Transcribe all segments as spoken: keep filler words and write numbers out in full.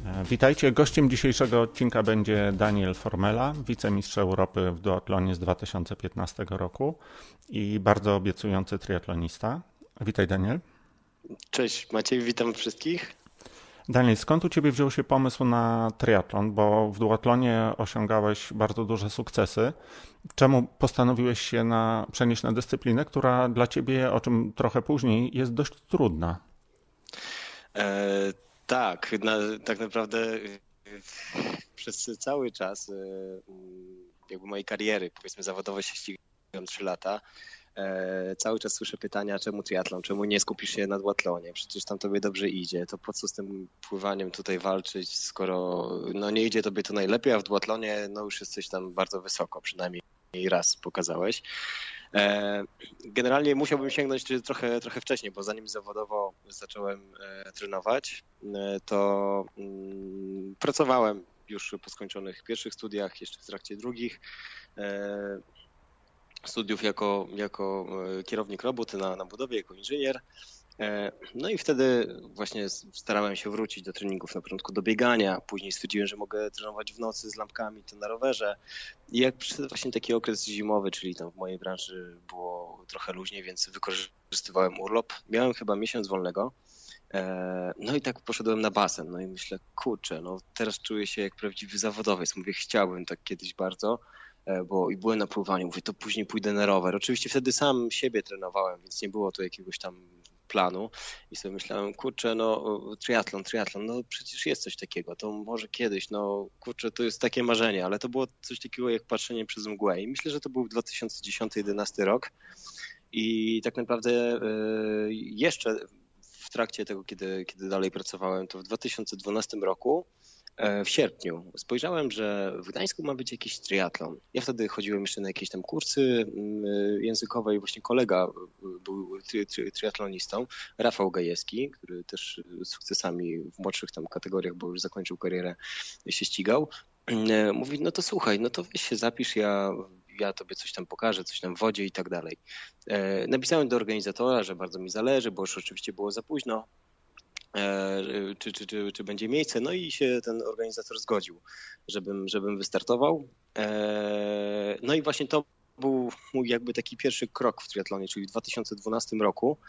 Witajcie. Gościem dzisiejszego odcinka będzie Daniel Formela, wicemistrz Europy w duatlonie z dwa tysiące piętnastego roku i bardzo obiecujący triatlonista. Witaj, Daniel. Cześć Maciej, witam wszystkich. Daniel, skąd u Ciebie wziął się pomysł na triatlon? Bo w duatlonie osiągałeś bardzo duże sukcesy. Czemu postanowiłeś się na, przenieść na dyscyplinę, która dla Ciebie, o czym trochę później, jest dość trudna? E, tak, na, tak naprawdę przez cały czas jakby mojej kariery, powiedzmy zawodowej, się ścigałem trzy lata. E, cały czas słyszę pytania, czemu triatlon, czemu nie skupisz się na duatlonie, przecież tam tobie dobrze idzie, to po co z tym pływaniem tutaj walczyć, skoro no nie idzie tobie to najlepiej, a w duatlonie no już jesteś tam bardzo wysoko, przynajmniej raz pokazałeś. Generalnie musiałbym sięgnąć trochę, trochę wcześniej, bo zanim zawodowo zacząłem trenować, to pracowałem już po skończonych pierwszych studiach, jeszcze w trakcie drugich studiów jako, jako kierownik roboty na, na budowie, jako inżynier. No i wtedy właśnie starałem się wrócić do treningów, na początku do biegania, później stwierdziłem, że mogę trenować w nocy z lampkami, to na rowerze. I jak przyszedł właśnie taki okres zimowy, czyli tam w mojej branży było trochę luźniej, więc wykorzystywałem urlop. Miałem chyba miesiąc wolnego. No i tak poszedłem na basen. No i myślę, kurczę, no teraz czuję się jak prawdziwy zawodowiec. Mówię, chciałbym tak kiedyś bardzo, bo i byłem na pływaniu. Mówię, to później pójdę na rower. Oczywiście wtedy sam siebie trenowałem, więc nie było to jakiegoś tam planu i sobie myślałem, kurczę, no triatlon, triatlon, no przecież jest coś takiego, to może kiedyś, no kurczę, to jest takie marzenie, ale to było coś takiego jak patrzenie przez mgłę i myślę, że to był dwa tysiące dziesiąty jedenasty rok i tak naprawdę jeszcze w trakcie tego, kiedy, kiedy dalej pracowałem, to w dwa tysiące dwunastym roku w sierpniu spojrzałem, że w Gdańsku ma być jakiś triatlon. Ja wtedy chodziłem jeszcze na jakieś tam kursy językowe i właśnie kolega był tri, tri, triatlonistą, Rafał Gajewski, który też sukcesami w młodszych tam kategoriach, bo już zakończył karierę, się ścigał. Mówi, no to słuchaj, no to weź się zapisz, ja, ja tobie coś tam pokażę, coś tam w wodzie i tak dalej. Napisałem do organizatora, że bardzo mi zależy, bo już oczywiście było za późno. Czy, czy, czy, czy będzie miejsce. No i się ten organizator zgodził, żebym, żebym wystartował. No i właśnie to był mój jakby taki pierwszy krok w triatlonie, czyli w dwa tysiące dwunastym roku.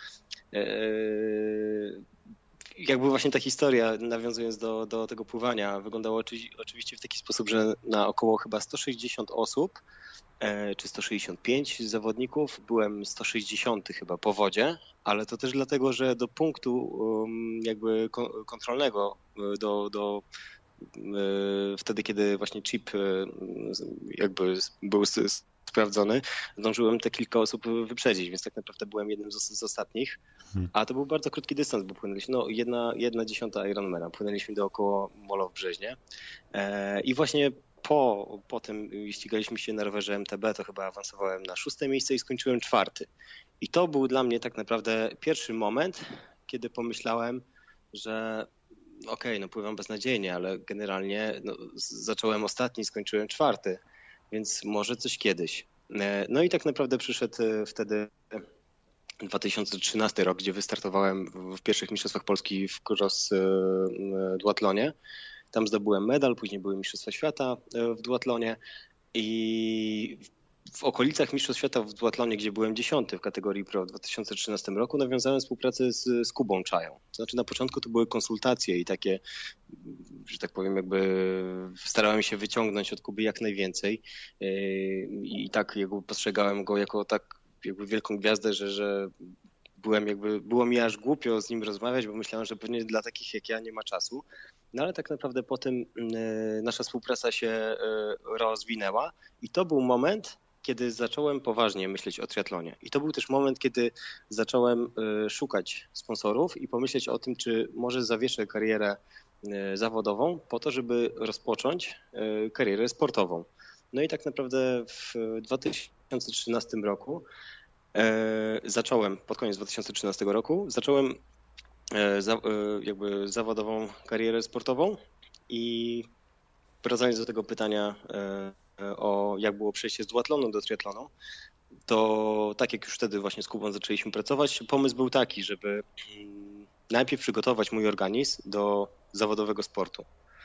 Jakby właśnie ta historia, nawiązując do, do tego pływania, wyglądała oczywiście w taki sposób, że na około chyba sto sześćdziesiąt osób, czy sto sześćdziesiąt pięć zawodników, byłem sto sześćdziesiąty chyba po wodzie, ale to też dlatego, że do punktu jakby kontrolnego, do, do wtedy, kiedy właśnie chip jakby był sprawdzony, zdążyłem te kilka osób wyprzedzić, więc tak naprawdę byłem jednym z, z ostatnich, a to był bardzo krótki dystans, bo płynęliśmy, no jedna, jedna dziesiąta Ironmana, płynęliśmy dookoła Molo w Brzeźnie i właśnie Po, po tym ścigaliśmy się na rowerze M T B, to chyba awansowałem na szóste miejsce i skończyłem czwarty. I to był dla mnie tak naprawdę pierwszy moment, kiedy pomyślałem, że okej, okay, no pływam beznadziejnie, ale generalnie no, zacząłem ostatni, skończyłem czwarty, więc może coś kiedyś. No i tak naprawdę przyszedł wtedy dwa tysiące trzynasty rok, gdzie wystartowałem w pierwszych mistrzostwach Polski w cross duatlonie. Tam zdobyłem medal, później były Mistrzostwa Świata w duatlonie i w okolicach Mistrzostw Świata w duatlonie, gdzie byłem dziesiąty w kategorii pro w dwa tysiące trzynastym roku, nawiązałem współpracę z, z Kubą Czają. To znaczy na początku to były konsultacje i takie, że tak powiem, jakby starałem się wyciągnąć od Kuby jak najwięcej i tak jakby postrzegałem go jako tak jakby wielką gwiazdę, że, że byłem jakby, było mi aż głupio z nim rozmawiać, bo myślałem, że pewnie dla takich jak ja nie ma czasu. No ale tak naprawdę potem nasza współpraca się rozwinęła i to był moment, kiedy zacząłem poważnie myśleć o triatlonie. I to był też moment, kiedy zacząłem szukać sponsorów i pomyśleć o tym, czy może zawieszę karierę zawodową po to, żeby rozpocząć karierę sportową. No i tak naprawdę w dwa tysiące trzynastym roku zacząłem, pod koniec dwa tysiące trzynastego roku, zacząłem Za, jakby zawodową karierę sportową i wracając do tego pytania o jak było przejście z duatlonu do triatlonu, to tak jak już wtedy właśnie z Kubą zaczęliśmy pracować, pomysł był taki, żeby najpierw przygotować mój organizm do zawodowego sportu.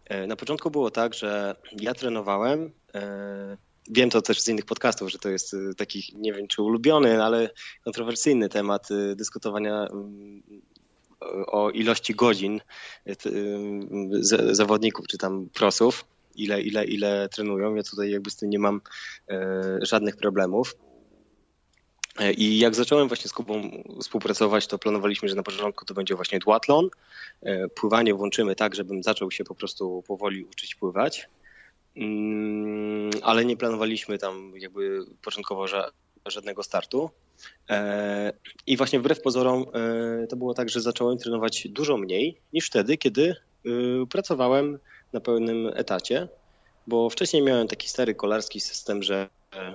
Na początku było tak, że ja trenowałem, wiem to też z innych podcastów, że to jest taki, nie wiem czy ulubiony, ale kontrowersyjny temat dyskutowania o ilości godzin zawodników czy tam prosów, ile, ile, ile trenują. Ja tutaj jakby z tym nie mam żadnych problemów. I jak zacząłem właśnie z Kubą współpracować, to planowaliśmy, że na początku to będzie właśnie duatlon. Pływanie włączymy tak, żebym zaczął się po prostu powoli uczyć pływać. Ale nie planowaliśmy tam jakby początkowo żadnego startu. I właśnie wbrew pozorom to było tak, że zacząłem trenować dużo mniej niż wtedy, kiedy pracowałem na pełnym etacie, bo wcześniej miałem taki stary kolarski system, że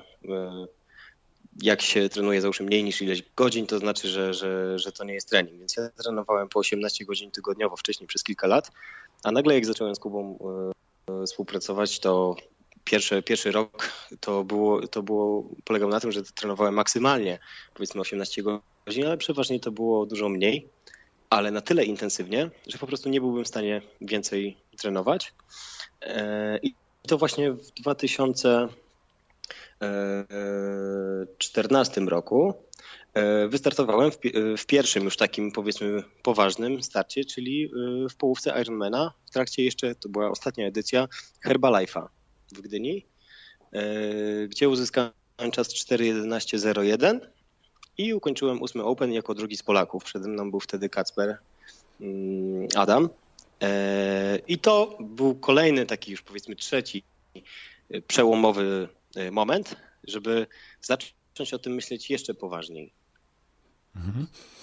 jak się trenuje załóżmy mniej niż ileś godzin, to znaczy, że, że, że to nie jest trening. Więc ja trenowałem po osiemnaście godzin tygodniowo wcześniej przez kilka lat, a nagle jak zacząłem z Kubą współpracować, to pierwszy, pierwszy rok to było, to było polegało na tym, że trenowałem maksymalnie powiedzmy osiemnaście godzin, ale przeważnie to było dużo mniej, ale na tyle intensywnie, że po prostu nie byłbym w stanie więcej trenować. I to właśnie w dwa tysiące czternastym roku wystartowałem w, w pierwszym już takim powiedzmy poważnym starcie, czyli w połówce Ironmana. W trakcie jeszcze, to była ostatnia edycja Herbalife'a w Gdyni, gdzie uzyskałem czas cztery jedenaście zero jeden i ukończyłem ósmy Open jako drugi z Polaków. Przede mną był wtedy Kacper Adam. I to był kolejny taki już powiedzmy trzeci przełomowy moment, żeby zacząć o tym myśleć jeszcze poważniej. Mhm.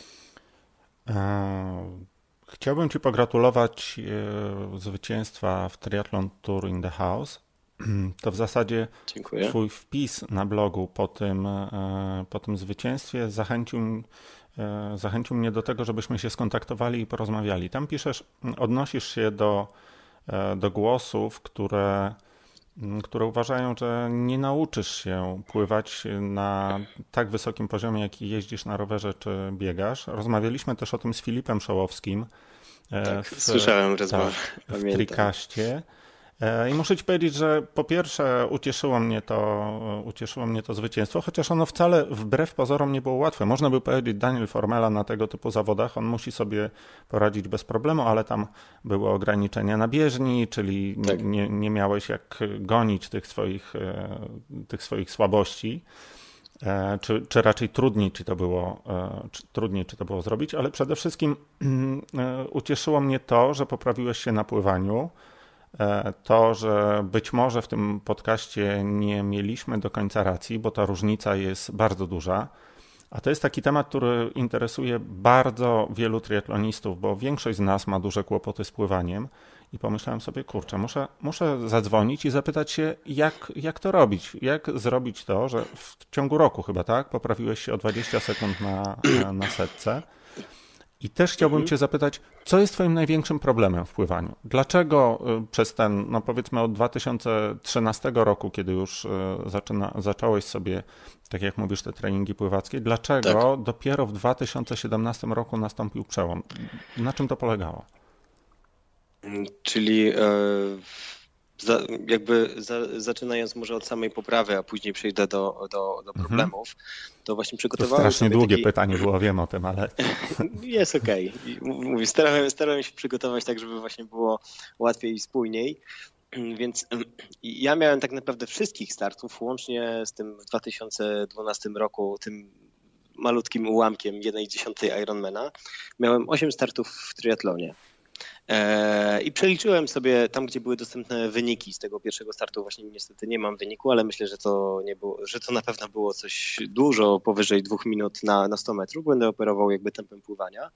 Chciałbym Ci pogratulować zwycięstwa w Triathlon Tour in the House. To w zasadzie Dziękuję. Twój wpis na blogu po tym, po tym zwycięstwie zachęcił, zachęcił mnie do tego, żebyśmy się skontaktowali i porozmawiali. Tam piszesz, odnosisz się do, do głosów, które które uważają, że nie nauczysz się pływać na tak wysokim poziomie, jaki jeździsz na rowerze czy biegasz. Rozmawialiśmy też o tym z Filipem Szołowskim. Tak, w, słyszałem rozmowę. Tak, w Trikaście. I muszę Ci powiedzieć, że po pierwsze ucieszyło mnie to, ucieszyło mnie to zwycięstwo, chociaż ono wcale wbrew pozorom nie było łatwe. Można by powiedzieć, Daniel Formela na tego typu zawodach, on musi sobie poradzić bez problemu, ale tam były ograniczenia na bieżni, czyli tak. nie, nie miałeś jak gonić tych swoich, tych swoich słabości. Czy, czy raczej trudniej ci to było, czy, trudniej czy to było zrobić, ale przede wszystkim ucieszyło mnie to, że poprawiłeś się na pływaniu. To, że być może w tym podcaście nie mieliśmy do końca racji, bo ta różnica jest bardzo duża, a to jest taki temat, który interesuje bardzo wielu triatlonistów, bo większość z nas ma duże kłopoty z pływaniem i pomyślałem sobie, kurczę, muszę, muszę zadzwonić i zapytać się, jak, jak to robić, jak zrobić to, że w ciągu roku chyba, tak, poprawiłeś się o dwadzieścia sekund na, na setce. I też chciałbym mhm. Cię zapytać, co jest Twoim największym problemem w pływaniu? Dlaczego przez ten, no powiedzmy od dwa tysiące trzynastego roku, kiedy już zaczyna, zacząłeś sobie, tak jak mówisz, te treningi pływackie, dlaczego tak. dopiero w dwa tysiące siedemnastym roku nastąpił przełom? Na czym to polegało? Czyli e, za, jakby za, zaczynając może od samej poprawy, a później przejdę do, do, do problemów, mhm. to właśnie przygotowałem to strasznie długie taki... pytanie było, wiem o tym, ale... Jest okej. Okay. Mówię, starałem, starałem się przygotować tak, żeby właśnie było łatwiej i spójniej. Więc ja miałem tak naprawdę wszystkich startów, łącznie z tym w dwa tysiące dwunastym roku, tym malutkim ułamkiem jednej dziesiątej Ironmana. Miałem osiem startów w triatlonie. I przeliczyłem sobie tam, gdzie były dostępne wyniki z tego pierwszego startu. Właśnie niestety nie mam wyniku, ale myślę, że to nie było, że to na pewno było coś dużo powyżej dwóch minut na, na sto metrów. Będę operował jakby tempem pływania.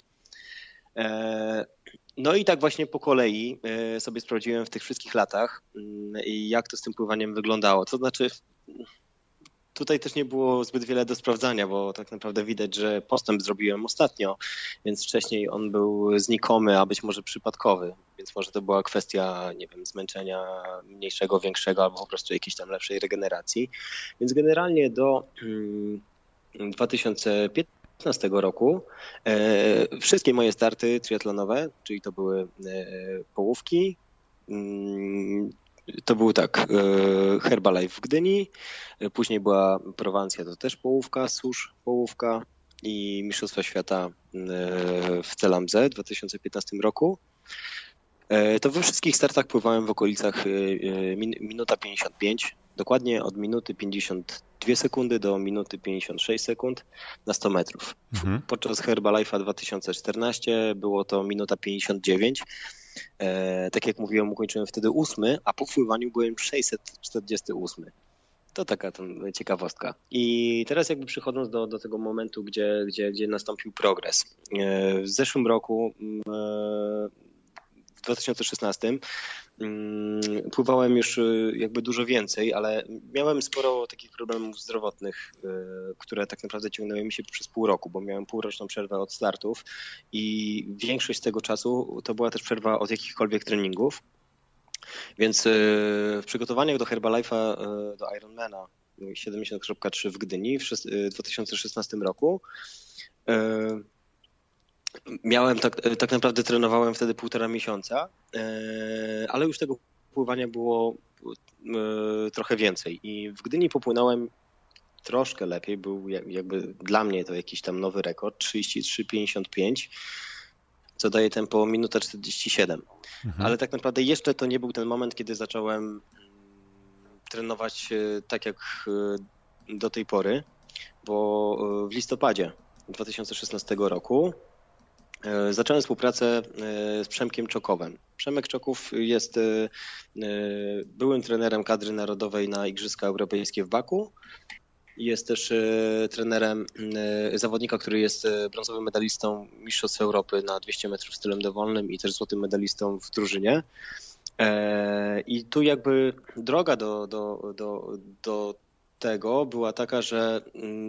No i tak właśnie po kolei sobie sprawdziłem w tych wszystkich latach, jak to z tym pływaniem wyglądało. To znaczy, tutaj też nie było zbyt wiele do sprawdzania, bo tak naprawdę widać, że postęp zrobiłem ostatnio, więc wcześniej on był znikomy, a być może przypadkowy, więc może to była kwestia, nie wiem, zmęczenia mniejszego, większego albo po prostu jakiejś tam lepszej regeneracji. Więc generalnie do dwa tysiące piętnastego roku e, wszystkie moje starty triatlonowe, czyli to były e, połówki, To był tak, Herbalife w Gdyni, później była Prowancja, to też połówka, Susz połówka i Mistrzostwa Świata w Celamze w dwa tysiące piętnastym roku. To we wszystkich startach pływałem w okolicach minuta pięćdziesiąt pięć, dokładnie od minuty pięćdziesiąt dwie sekundy do minuty pięćdziesiąt sześć sekund na sto metrów. Mhm. Podczas Herbalife'a dwa tysiące czternastego było to minuta pięćdziesiąt dziewięć. E, tak jak mówiłem, ukończyłem wtedy ósmy, a po pływaniu byłem sześćset czterdziesty ósmy. To taka tam ciekawostka. I teraz jakby przychodząc do, do tego momentu, gdzie, gdzie, gdzie nastąpił progres. E, w zeszłym roku e, w dwa tysiące szesnastym pływałem już jakby dużo więcej, ale miałem sporo takich problemów zdrowotnych, które tak naprawdę ciągnęły mi się przez pół roku, bo miałem półroczną przerwę od startów i większość z tego czasu to była też przerwa od jakichkolwiek treningów. Więc w przygotowaniach do Herbalife'a, do Ironmana siedemdziesiąt trzy w Gdyni w dwa tysiące szesnastym roku miałem tak, tak naprawdę trenowałem wtedy półtora miesiąca, ale już tego pływania było trochę więcej i w Gdyni popłynąłem troszkę lepiej, był jakby dla mnie to jakiś tam nowy rekord, trzydzieści trzy pięćdziesiąt pięć, co daje tempo minuta czterdzieści siedem, mhm. Ale tak naprawdę jeszcze to nie był ten moment, kiedy zacząłem trenować tak jak do tej pory, bo w listopadzie dwa tysiące szesnastego roku zacząłem współpracę z Przemkiem Czokowem. Przemek Czoków jest byłym trenerem kadry narodowej na Igrzyska Europejskie w Baku. Jest też trenerem zawodnika, który jest brązowym medalistą Mistrzostw Europy na dwieście metrów stylem dowolnym i też złotym medalistą w drużynie. I tu jakby droga do, do, do, do tego była taka, że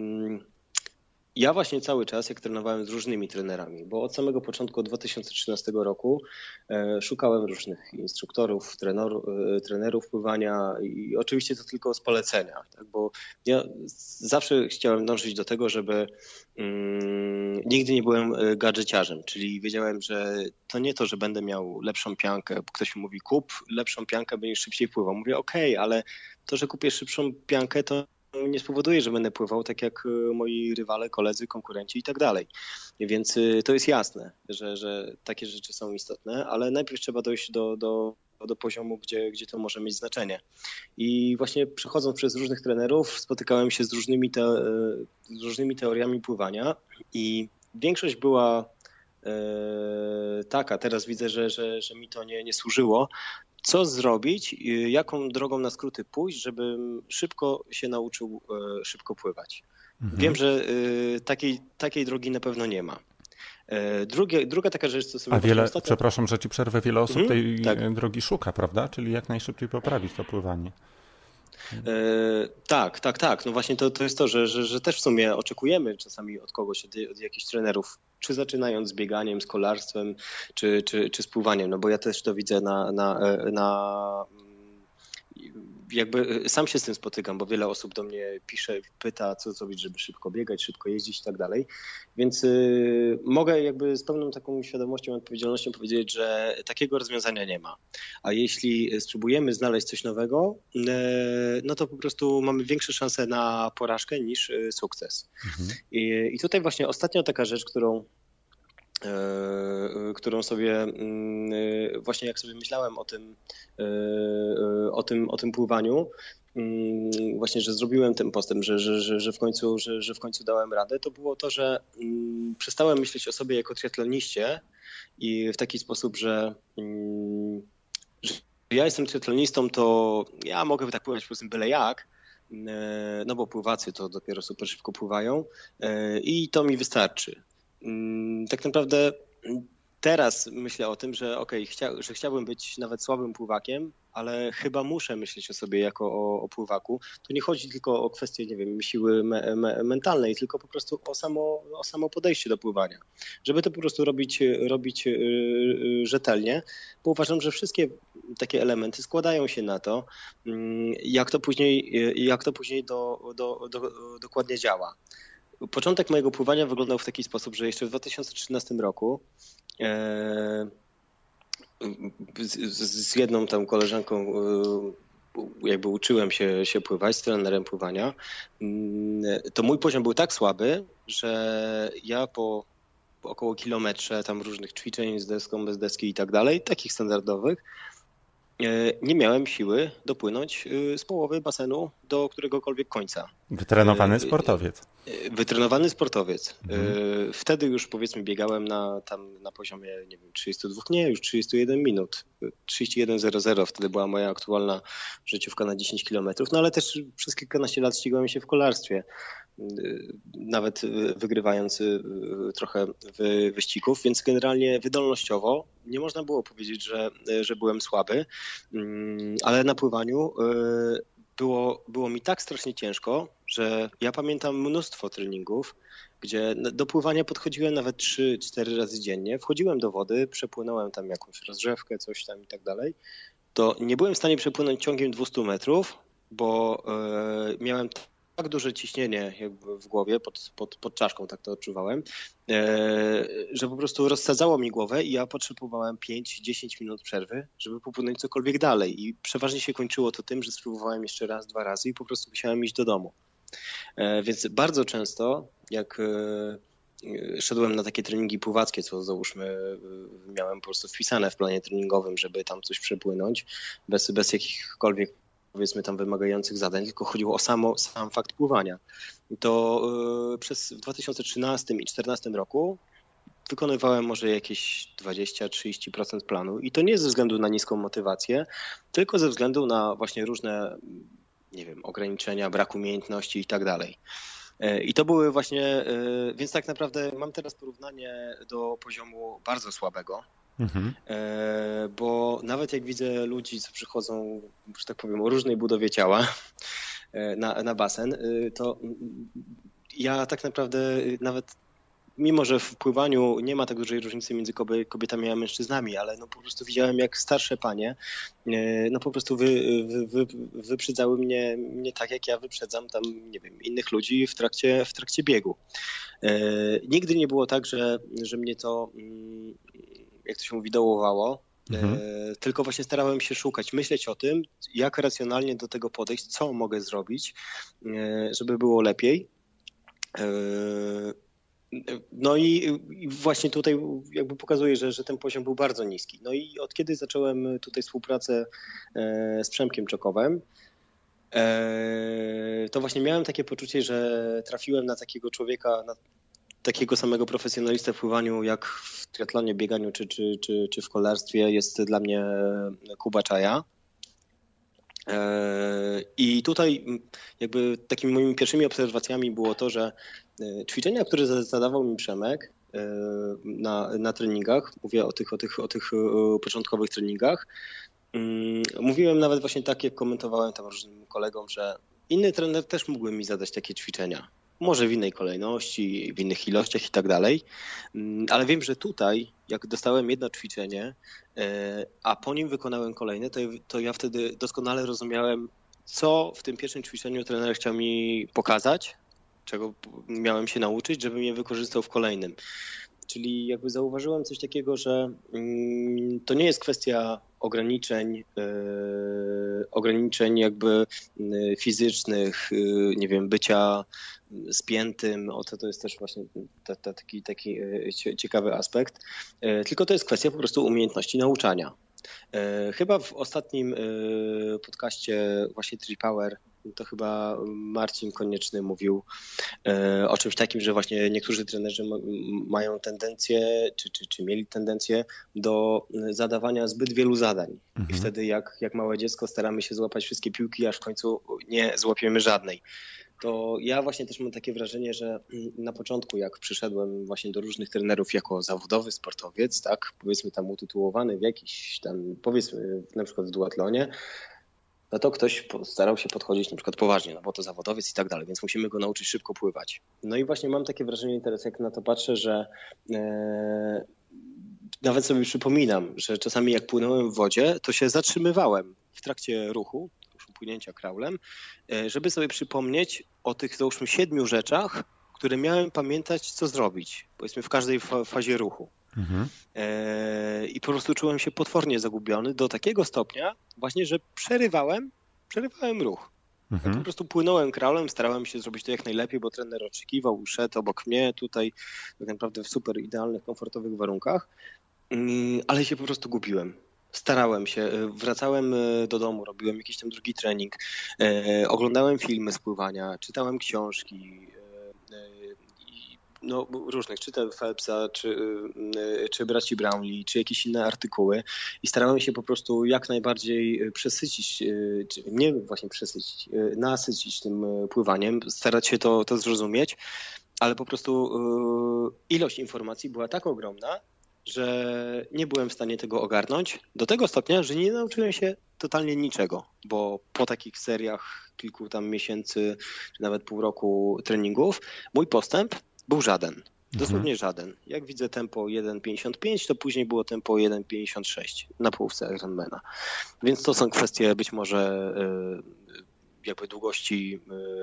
ja właśnie cały czas, jak trenowałem z różnymi trenerami, bo od samego początku, od dwa tysiące trzynastego roku szukałem różnych instruktorów, trenor, trenerów pływania i oczywiście to tylko z polecenia, tak? Bo ja zawsze chciałem dążyć do tego, żeby um, nigdy nie byłem gadżeciarzem, czyli wiedziałem, że to nie to, że będę miał lepszą piankę, bo ktoś mi mówi kup lepszą piankę, będziesz szybciej pływał. Mówię okej, okay, ale to, że kupię szybszą piankę, to nie spowoduje, że będę pływał tak jak moi rywale, koledzy, konkurenci i tak dalej. Więc to jest jasne, że, że takie rzeczy są istotne, ale najpierw trzeba dojść do, do, do poziomu, gdzie, gdzie to może mieć znaczenie. I właśnie przechodząc przez różnych trenerów spotykałem się z różnymi, te, z różnymi teoriami pływania i większość była e, taka, teraz widzę, że, że, że mi to nie, nie służyło. Co zrobić, jaką drogą na skróty pójść, żebym szybko się nauczył szybko pływać. Mhm. Wiem, że takiej, takiej drogi na pewno nie ma. Drugie, druga taka rzecz, co sobie... A wiele, ostatnio... przepraszam, że ci przerwę, wiele osób mhm, tej tak. drogi szuka, prawda? Czyli jak najszybciej poprawić to pływanie. E, tak, tak, tak. No właśnie to, to jest to, że, że, że też w sumie oczekujemy czasami od kogoś, od, od jakichś trenerów, czy zaczynając z bieganiem, z kolarstwem, czy, czy, czy z pływaniem, no bo ja też to widzę na, na, na jakby sam się z tym spotykam, bo wiele osób do mnie pisze, pyta, co zrobić, żeby szybko biegać, szybko jeździć i tak dalej. Więc y, mogę jakby z pełną taką świadomością, odpowiedzialnością powiedzieć, że takiego rozwiązania nie ma. A jeśli spróbujemy znaleźć coś nowego, y, no to po prostu mamy większe szanse na porażkę niż y, sukces. Mhm. I, I tutaj właśnie ostatnio taka rzecz, którą którą sobie właśnie jak sobie myślałem o tym, o tym, o tym pływaniu, właśnie, że zrobiłem ten postęp, że, że, że, że, w końcu, że, że w końcu dałem radę, to było to, że przestałem myśleć o sobie jako triatloniście i w taki sposób, że, że ja jestem triatlonistą, to ja mogę tak pływać po prostu byle jak, no bo pływacy to dopiero super szybko pływają i to mi wystarczy. Tak naprawdę teraz myślę o tym, że okej, okay, chcia, że chciałbym być nawet słabym pływakiem, ale chyba muszę myśleć o sobie jako o, o pływaku. Tu nie chodzi tylko o kwestię, nie wiem, siły me, me, mentalnej, tylko po prostu o samo, o samo podejście do pływania. Żeby to po prostu robić, robić rzetelnie, bo uważam, że wszystkie takie elementy składają się na to, jak to później, jak to później do, do, do, dokładnie działa. Początek mojego pływania wyglądał w taki sposób, że jeszcze w dwa tysiące trzynastym roku e, z, z jedną tam koleżanką jakby uczyłem się, się pływać z trenerem pływania, to mój poziom był tak słaby, że ja po około kilometrze tam różnych ćwiczeń z deską, bez deski i tak dalej, takich standardowych, nie miałem siły dopłynąć z połowy basenu do któregokolwiek końca. Wytrenowany sportowiec. Wytrenowany sportowiec. Mhm. Wtedy już powiedzmy biegałem na, tam na poziomie nie wiem, trzydzieści dwa, nie, już trzydzieści jeden minut. trzydzieści jeden zero zero wtedy była moja aktualna życiówka na dziesięć kilometrów, no ale też przez kilkanaście lat ścigałem się w kolarstwie. Nawet wygrywając trochę wyścigów, więc generalnie wydolnościowo nie można było powiedzieć, że, że byłem słaby, ale na pływaniu było, było mi tak strasznie ciężko, że ja pamiętam mnóstwo treningów, gdzie do pływania podchodziłem nawet trzy cztery razy dziennie, wchodziłem do wody, przepłynąłem tam jakąś rozgrzewkę, coś tam i tak dalej, to nie byłem w stanie przepłynąć ciągiem dwieście metrów, bo miałem tak duże ciśnienie jakby w głowie, pod, pod, pod czaszką, tak to odczuwałem, że po prostu rozsadzało mi głowę i ja potrzebowałem pięć dziesięć minut przerwy, żeby popłynąć cokolwiek dalej. I przeważnie się kończyło to tym, że spróbowałem jeszcze raz, dwa razy i po prostu musiałem iść do domu. Więc bardzo często, jak szedłem na takie treningi pływackie, co załóżmy miałem po prostu wpisane w planie treningowym, żeby tam coś przepłynąć, bez, bez jakichkolwiek powiedzmy tam wymagających zadań, tylko chodziło o samo, sam fakt pływania. To yy, przez w dwa tysiące trzynastym i dwa tysiące czternastym roku wykonywałem może jakieś dwadzieścia do trzydziestu procent planu i to nie ze względu na niską motywację, tylko ze względu na właśnie różne, nie wiem, ograniczenia, brak umiejętności i tak dalej. I to były właśnie, więc tak naprawdę mam teraz porównanie do poziomu bardzo słabego, mhm. bo nawet jak widzę ludzi, co przychodzą, że tak powiem, o różnej budowie ciała na, na basen, to ja tak naprawdę nawet mimo, że w pływaniu nie ma tak dużej różnicy między kobietami a mężczyznami, ale no po prostu widziałem, jak starsze panie no po prostu wy, wy, wy, wyprzedzały mnie, mnie tak, jak ja wyprzedzam tam, nie wiem, innych ludzi w trakcie, w trakcie biegu. Nigdy nie było tak, że, że mnie to, jak to się mówi, dołowało. Mhm. Tylko właśnie starałem się szukać, myśleć o tym, jak racjonalnie do tego podejść, co mogę zrobić, żeby było lepiej. No i, i właśnie tutaj jakby pokazuje, że, że ten poziom był bardzo niski. No i od kiedy zacząłem tutaj współpracę z Przemkiem Czokowem, to właśnie miałem takie poczucie, że trafiłem na takiego człowieka, na takiego samego profesjonalistę w pływaniu, jak w triatlonie, bieganiu czy, czy, czy, czy w kolarstwie jest dla mnie Kuba Czaja. I tutaj jakby takimi moimi pierwszymi obserwacjami było to, że ćwiczenia, które zadawał mi Przemek na, na treningach, mówię o tych, o, tych, o tych początkowych treningach, mówiłem nawet właśnie tak, jak komentowałem tam różnym kolegom, że inny trener też mógłby mi zadać takie ćwiczenia. Może w innej kolejności, w innych ilościach i tak dalej, ale wiem, że tutaj, jak dostałem jedno ćwiczenie, a po nim wykonałem kolejne, to, to ja wtedy doskonale rozumiałem, co w tym pierwszym ćwiczeniu trener chciał mi pokazać, czego miałem się nauczyć, żeby mnie wykorzystał w kolejnym. Czyli jakby zauważyłem coś takiego, że to nie jest kwestia ograniczeń, yy, ograniczeń jakby fizycznych, yy, nie wiem, bycia spiętym, o to, to jest też właśnie ta, ta, taki, taki ciekawy aspekt, yy, tylko to jest kwestia po prostu umiejętności nauczania. Yy, chyba w ostatnim yy, podcaście właśnie Tripower to chyba Marcin Konieczny mówił o czymś takim, że właśnie niektórzy trenerzy mają tendencję, czy, czy, czy mieli tendencję do zadawania zbyt wielu zadań. Mhm. I wtedy jak, jak małe dziecko staramy się złapać wszystkie piłki, aż w końcu nie złapiemy żadnej. To ja właśnie też mam takie wrażenie, że na początku, jak przyszedłem właśnie do różnych trenerów jako zawodowy sportowiec, tak, powiedzmy tam utytułowany w jakiś tam, powiedzmy na przykład w duatlonie, no to ktoś starał się podchodzić na przykład poważnie, no bo to zawodowiec i tak dalej, więc musimy go nauczyć szybko pływać. No i właśnie mam takie wrażenie teraz, jak na to patrzę, że e, nawet sobie przypominam, że czasami jak płynąłem w wodzie, to się zatrzymywałem w trakcie ruchu, płynięcia kraulem, e, żeby sobie przypomnieć o tych, załóżmy, siedmiu rzeczach, które miałem pamiętać, co zrobić, powiedzmy w każdej fa- fazie ruchu. Mhm. I po prostu czułem się potwornie zagubiony do takiego stopnia właśnie, że przerywałem, przerywałem ruch. Mhm. Ja po prostu płynąłem kralem, starałem się zrobić to jak najlepiej, bo trener oczekiwał, szedł obok mnie tutaj tak naprawdę w super idealnych, komfortowych warunkach, ale się po prostu gubiłem. Starałem się, wracałem do domu, robiłem jakiś tam drugi trening, oglądałem filmy z pływania, czytałem książki, no, różnych, czy te Phelpsa, czy, czy braci Brownlee, czy jakieś inne artykuły i starałem się po prostu jak najbardziej przesycić, nie właśnie przesycić, nasycić tym pływaniem, starać się to, to zrozumieć, ale po prostu ilość informacji była tak ogromna, że nie byłem w stanie tego ogarnąć do tego stopnia, że nie nauczyłem się totalnie niczego, bo po takich seriach kilku tam miesięcy, czy nawet pół roku treningów, mój postęp był żaden. Dosłownie mhm. żaden. Jak widzę tempo jeden pięćdziesiąt pięć, to później było tempo jeden pięćdziesiąt sześć na połówce Ironmana. Więc to są kwestie być może jakby długości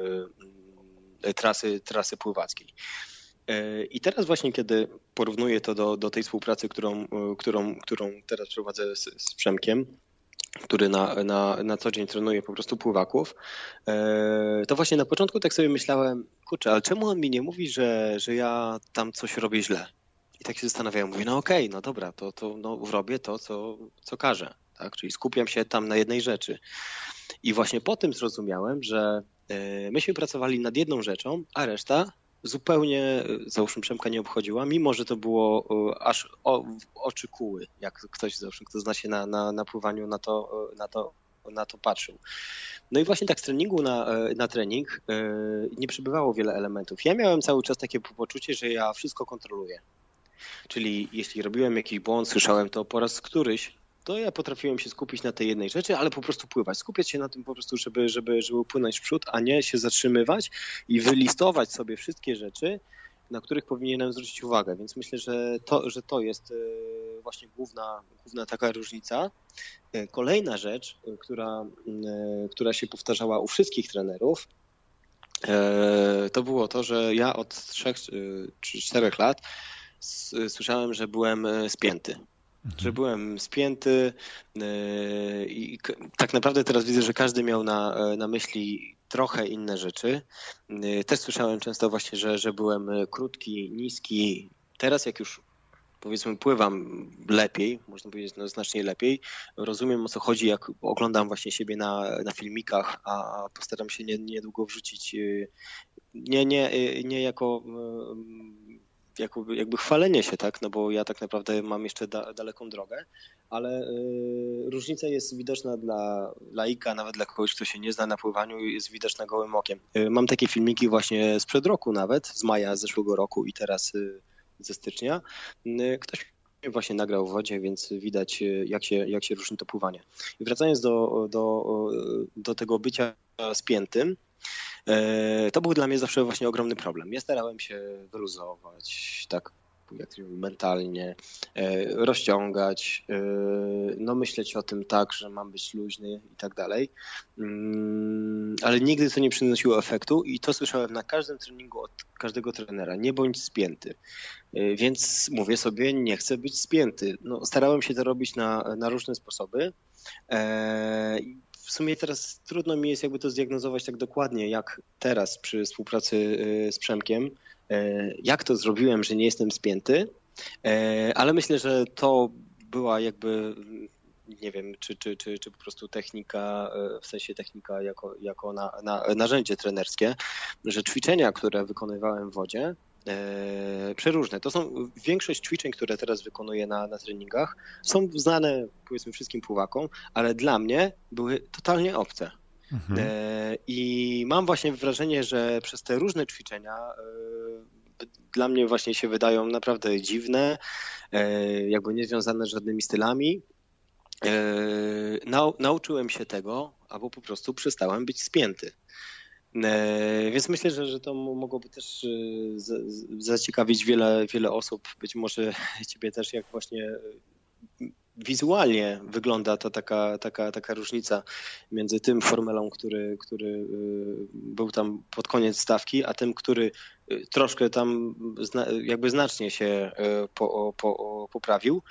trasy, trasy pływackiej. I teraz właśnie, kiedy porównuję to do, do tej współpracy, którą, którą, którą teraz prowadzę z, z Przemkiem, który na, na, na co dzień trenuje po prostu pływaków, to właśnie na początku tak sobie myślałem, kurczę, ale czemu on mi nie mówi, że, że ja tam coś robię źle? I tak się zastanawiałem, mówię, no okej, okay, no dobra, to, to no, robię to, co, co każę, tak? Czyli skupiam się tam na jednej rzeczy. I właśnie po tym zrozumiałem, że myśmy pracowali nad jedną rzeczą, a reszta zupełnie, załóżmy, Przemka nie obchodziła, mimo że to było aż o, oczy kuły, jak ktoś, załóżmy, kto zna się na, na, na pływaniu, na to, na, to, na to patrzył. No i właśnie tak z treningu na, na trening nie przybywało wiele elementów. Ja miałem cały czas takie poczucie, że ja wszystko kontroluję. Czyli jeśli robiłem jakiś błąd, słyszałem to po raz któryś, to ja potrafiłem się skupić na tej jednej rzeczy, ale po prostu pływać. Skupiać się na tym po prostu, żeby, żeby, żeby płynąć w przód, a nie się zatrzymywać i wylistować sobie wszystkie rzeczy, na których powinienem zwrócić uwagę. Więc myślę, że to, że to jest właśnie główna, główna taka różnica. Kolejna rzecz, która, która się powtarzała u wszystkich trenerów, to było to, że ja od trzech czy czterech lat słyszałem, że byłem spięty. Mhm. Że byłem spięty i tak naprawdę teraz widzę, że każdy miał na, na myśli trochę inne rzeczy. Też słyszałem często właśnie, że, że byłem krótki, niski. Teraz jak już powiedzmy pływam lepiej, można powiedzieć no, znacznie lepiej, rozumiem o co chodzi, jak oglądam właśnie siebie na, na filmikach, a postaram się nie, niedługo wrzucić nie, nie, nie jako jakby, jakby chwalenie się, tak, no bo ja tak naprawdę mam jeszcze da, daleką drogę, ale y, różnica jest widoczna dla laika, nawet dla kogoś, kto się nie zna na pływaniu, jest widoczna gołym okiem. Y, mam takie filmiki właśnie sprzed roku nawet, z maja zeszłego roku i teraz y, ze stycznia. Y, ktoś mnie właśnie nagrał w wodzie, więc widać jak się, jak się różni to pływanie. I wracając do, do, do tego bycia spiętym, to był dla mnie zawsze właśnie ogromny problem. Ja starałem się wyluzować, tak jak mentalnie, rozciągać, no myśleć o tym tak, że mam być luźny i tak dalej, ale nigdy to nie przynosiło efektu i to słyszałem na każdym treningu od każdego trenera, nie bądź spięty. Więc mówię sobie, nie chcę być spięty. No, starałem się to robić na, na różne sposoby. W sumie teraz trudno mi jest jakby to zdiagnozować tak dokładnie, jak teraz przy współpracy z Przemkiem, jak to zrobiłem, że nie jestem spięty, ale myślę, że to była jakby, nie wiem, czy, czy, czy, czy po prostu technika, w sensie technika jako, jako na, na, narzędzie trenerskie, że ćwiczenia, które wykonywałem w wodzie, E, przeróżne. To są większość ćwiczeń, które teraz wykonuję na, na treningach, są znane powiedzmy wszystkim pływakom, ale dla mnie były totalnie obce. Mhm. E, I mam właśnie wrażenie, że przez te różne ćwiczenia e, dla mnie właśnie się wydają naprawdę dziwne, e, jakby nie związane z żadnymi stylami. E, nau, nauczyłem się tego, albo po prostu przestałem być spięty. Więc myślę, że, że to mogłoby też zaciekawić wiele, wiele osób, być może ciebie też, jak właśnie wizualnie wygląda to taka, taka, taka różnica między tym Formelą, który, który był tam pod koniec stawki, a tym, który troszkę tam jakby znacznie się po, po, poprawił.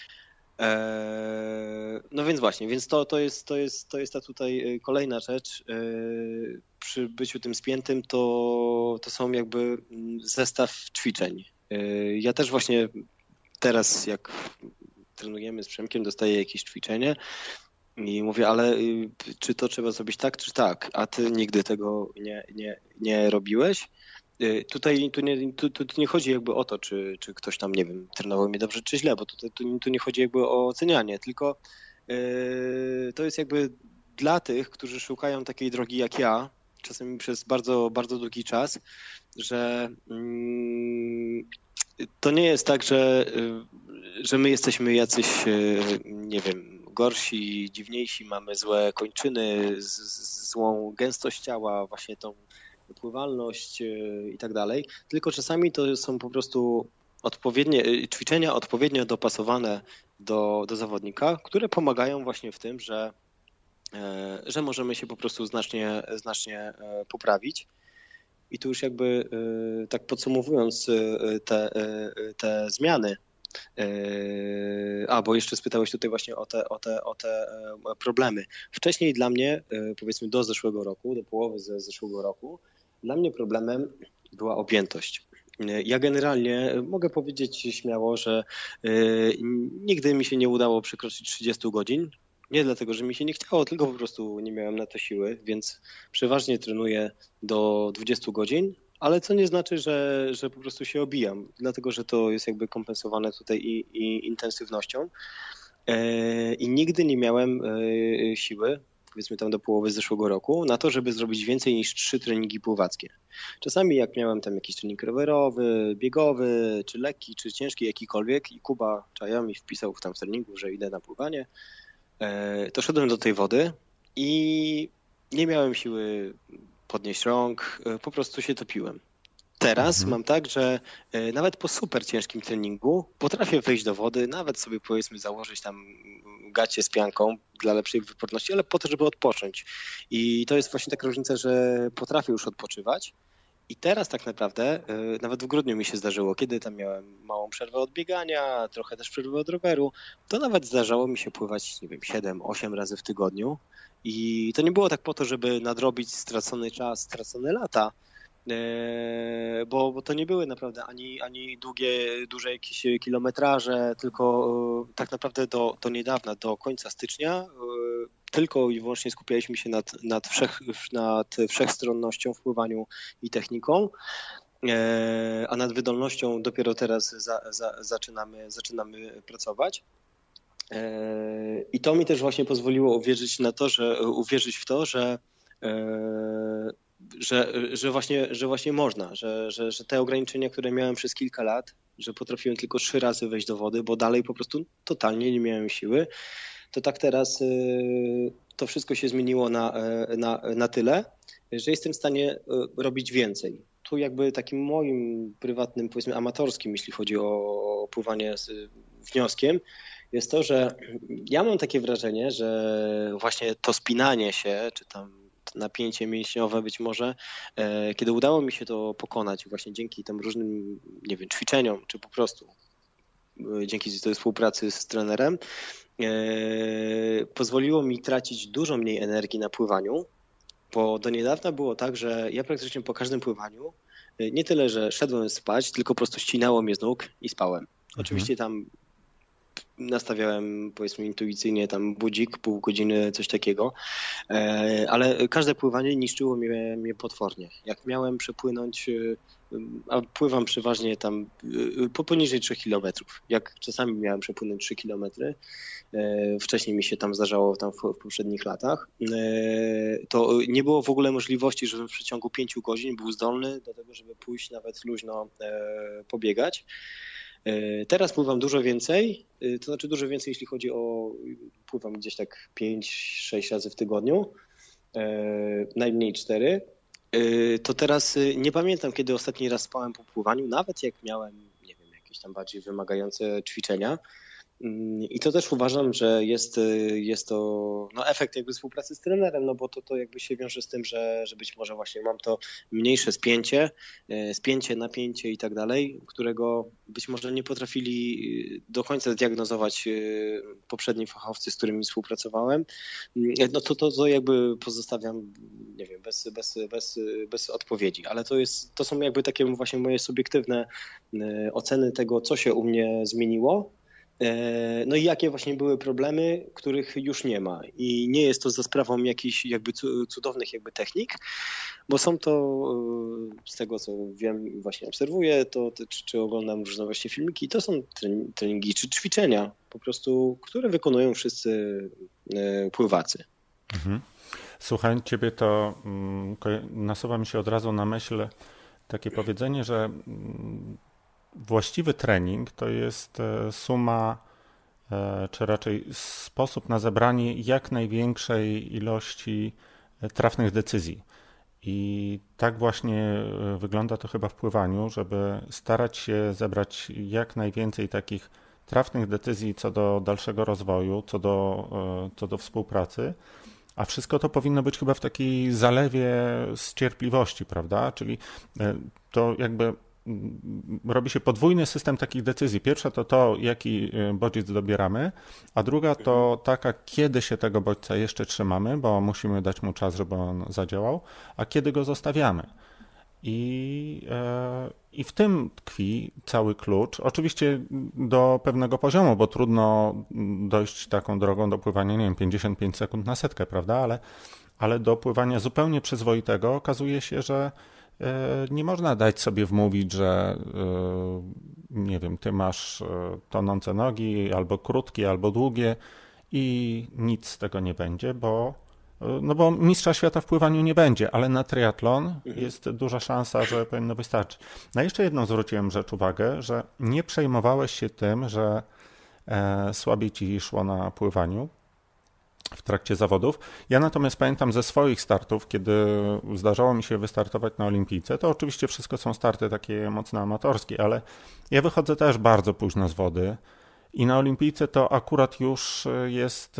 No więc właśnie, więc to, to, jest, to, jest, to jest ta tutaj kolejna rzecz. Przy byciu tym spiętym to, to są jakby zestaw ćwiczeń. Ja też właśnie teraz jak trenujemy z Przemkiem, dostaję jakieś ćwiczenie i mówię, ale czy to trzeba zrobić tak, czy tak, a ty nigdy tego nie, nie, nie robiłeś? Tutaj tu nie, tu, tu nie chodzi jakby o to, czy, czy ktoś tam, nie wiem, trenował mnie dobrze, czy źle, bo tutaj, tu, tu nie chodzi jakby o ocenianie, tylko yy, to jest jakby dla tych, którzy szukają takiej drogi jak ja, czasami przez bardzo, bardzo długi czas, że yy, to nie jest tak, że, yy, że my jesteśmy jacyś, yy, nie wiem, gorsi, dziwniejsi, mamy złe kończyny, z, z, złą gęstość ciała, właśnie tą pływalność i tak dalej, tylko czasami to są po prostu odpowiednie ćwiczenia, odpowiednio dopasowane do, do zawodnika, które pomagają właśnie w tym, że, że możemy się po prostu znacznie, znacznie poprawić. I tu już jakby tak podsumowując te, te zmiany, a bo jeszcze spytałeś tutaj właśnie o te, o, te, o te problemy. Wcześniej dla mnie, powiedzmy do zeszłego roku, do połowy ze zeszłego roku, dla mnie problemem była objętość. Ja generalnie mogę powiedzieć śmiało, że nigdy mi się nie udało przekroczyć trzydzieści godzin. Nie dlatego, że mi się nie chciało, tylko po prostu nie miałem na to siły, więc przeważnie trenuję do dwudziestu godzin, ale co nie znaczy, że, że po prostu się obijam, dlatego że to jest jakby kompensowane tutaj i, i intensywnością. I nigdy nie miałem siły, powiedzmy tam do połowy zeszłego roku, na to, żeby zrobić więcej niż trzy treningi pływackie. Czasami jak miałem tam jakiś trening rowerowy, biegowy, czy lekki, czy ciężki, jakikolwiek i Kuba Czaja mi wpisał tam w treningu, że idę na pływanie, to szedłem do tej wody i nie miałem siły podnieść rąk, po prostu się topiłem. Teraz mhm. mam tak, że nawet po super ciężkim treningu potrafię wejść do wody, nawet sobie powiedzmy założyć tam gacie z pianką dla lepszej wyporności, ale po to, żeby odpocząć. I to jest właśnie taka różnica, że potrafię już odpoczywać. I teraz tak naprawdę, nawet w grudniu mi się zdarzyło, kiedy tam miałem małą przerwę od biegania, trochę też przerwę od roweru, to nawet zdarzało mi się pływać, nie wiem, siedem osiem razy w tygodniu. I to nie było tak po to, żeby nadrobić stracony czas, stracone lata, Bo, bo to nie były naprawdę ani, ani długie, duże jakieś kilometraże, tylko tak naprawdę do, do niedawna, do końca stycznia tylko i wyłącznie skupialiśmy się nad, nad, wszech, nad wszechstronnością w pływaniu i techniką, a nad wydolnością dopiero teraz za, za, zaczynamy, zaczynamy pracować. I to mi też właśnie pozwoliło uwierzyć na to, że uwierzyć w to, że Że, że, właśnie, że właśnie można, że, że, że te ograniczenia, które miałem przez kilka lat, że potrafiłem tylko trzy razy wejść do wody, bo dalej po prostu totalnie nie miałem siły, to tak teraz to wszystko się zmieniło na, na, na tyle, że jestem w stanie robić więcej. Tu jakby takim moim prywatnym, powiedzmy amatorskim, jeśli chodzi o pływanie z wnioskiem, jest to, że ja mam takie wrażenie, że właśnie to spinanie się, czy tam napięcie mięśniowe być może, kiedy udało mi się to pokonać właśnie dzięki tym różnym, nie wiem, ćwiczeniom, czy po prostu dzięki tej współpracy z trenerem, pozwoliło mi tracić dużo mniej energii na pływaniu, bo do niedawna było tak, że ja praktycznie po każdym pływaniu nie tyle, że szedłem spać, tylko po prostu ścinało mnie z nóg i spałem. Mhm. Oczywiście tam nastawiałem, powiedzmy, intuicyjnie tam budzik, pół godziny, coś takiego, ale każde pływanie niszczyło mnie, mnie potwornie. Jak miałem przepłynąć, a pływam przeważnie tam po poniżej trzech kilometrów. Jak czasami miałem przepłynąć trzy kilometry, wcześniej mi się tam zdarzało tam w, w poprzednich latach, to nie było w ogóle możliwości, żebym w przeciągu pięciu godzin był zdolny do tego, żeby pójść nawet luźno pobiegać. Teraz pływam dużo więcej, to znaczy dużo więcej, jeśli chodzi o, pływam gdzieś tak pięć sześć razy w tygodniu, najmniej cztery. To teraz nie pamiętam, kiedy ostatni raz spałem po pływaniu, nawet jak miałem, nie wiem, jakieś tam bardziej wymagające ćwiczenia, I to też uważam, że jest, jest to no, efekt jakby współpracy z trenerem, no bo to, to jakby się wiąże z tym, że, że być może właśnie mam to mniejsze spięcie, spięcie, napięcie i tak dalej, którego być może nie potrafili do końca zdiagnozować poprzedni fachowcy, z którymi współpracowałem. No to, to, to jakby pozostawiam, nie wiem, bez, bez, bez, bez odpowiedzi, ale to jest, to są jakby takie właśnie moje subiektywne oceny tego, co się u mnie zmieniło. No i jakie właśnie były problemy, których już nie ma. I nie jest to za sprawą jakichś jakby cudownych jakby technik, bo są to, z tego co wiem i właśnie obserwuję, to czy, czy oglądam różne właśnie filmiki, to są treningi czy ćwiczenia po prostu, które wykonują wszyscy pływacy. Mhm. Słuchaj, ciebie to nasuwa mi się od razu na myśl takie powiedzenie, że właściwy trening to jest suma, czy raczej sposób na zebranie jak największej ilości trafnych decyzji. I tak właśnie wygląda to chyba w pływaniu, żeby starać się zebrać jak najwięcej takich trafnych decyzji co do dalszego rozwoju, co do, co do współpracy, a wszystko to powinno być chyba w takiej zalewie z cierpliwości, prawda? Czyli to jakby robi się podwójny system takich decyzji. Pierwsza to to, jaki bodziec dobieramy, a druga to taka, kiedy się tego bodźca jeszcze trzymamy, bo musimy dać mu czas, żeby on zadziałał, a kiedy go zostawiamy. I, I w tym tkwi cały klucz. Oczywiście do pewnego poziomu, bo trudno dojść taką drogą do pływania, nie wiem, pięćdziesiąt pięć sekund na setkę, prawda? Ale, ale do pływania zupełnie przyzwoitego okazuje się, że nie można dać sobie wmówić, że nie wiem, ty masz tonące nogi, albo krótkie, albo długie i nic z tego nie będzie, bo, no bo mistrza świata w pływaniu nie będzie, ale na triatlon mhm. jest duża szansa, że powinno wystarczyć. Na jeszcze jedną zwróciłem rzecz uwagę, że nie przejmowałeś się tym, że słabiej ci szło na pływaniu w trakcie zawodów. Ja natomiast pamiętam ze swoich startów, kiedy zdarzało mi się wystartować na Olimpijce, to oczywiście wszystko są starty takie mocno amatorskie, ale ja wychodzę też bardzo późno z wody i na Olimpijce to akurat już jest,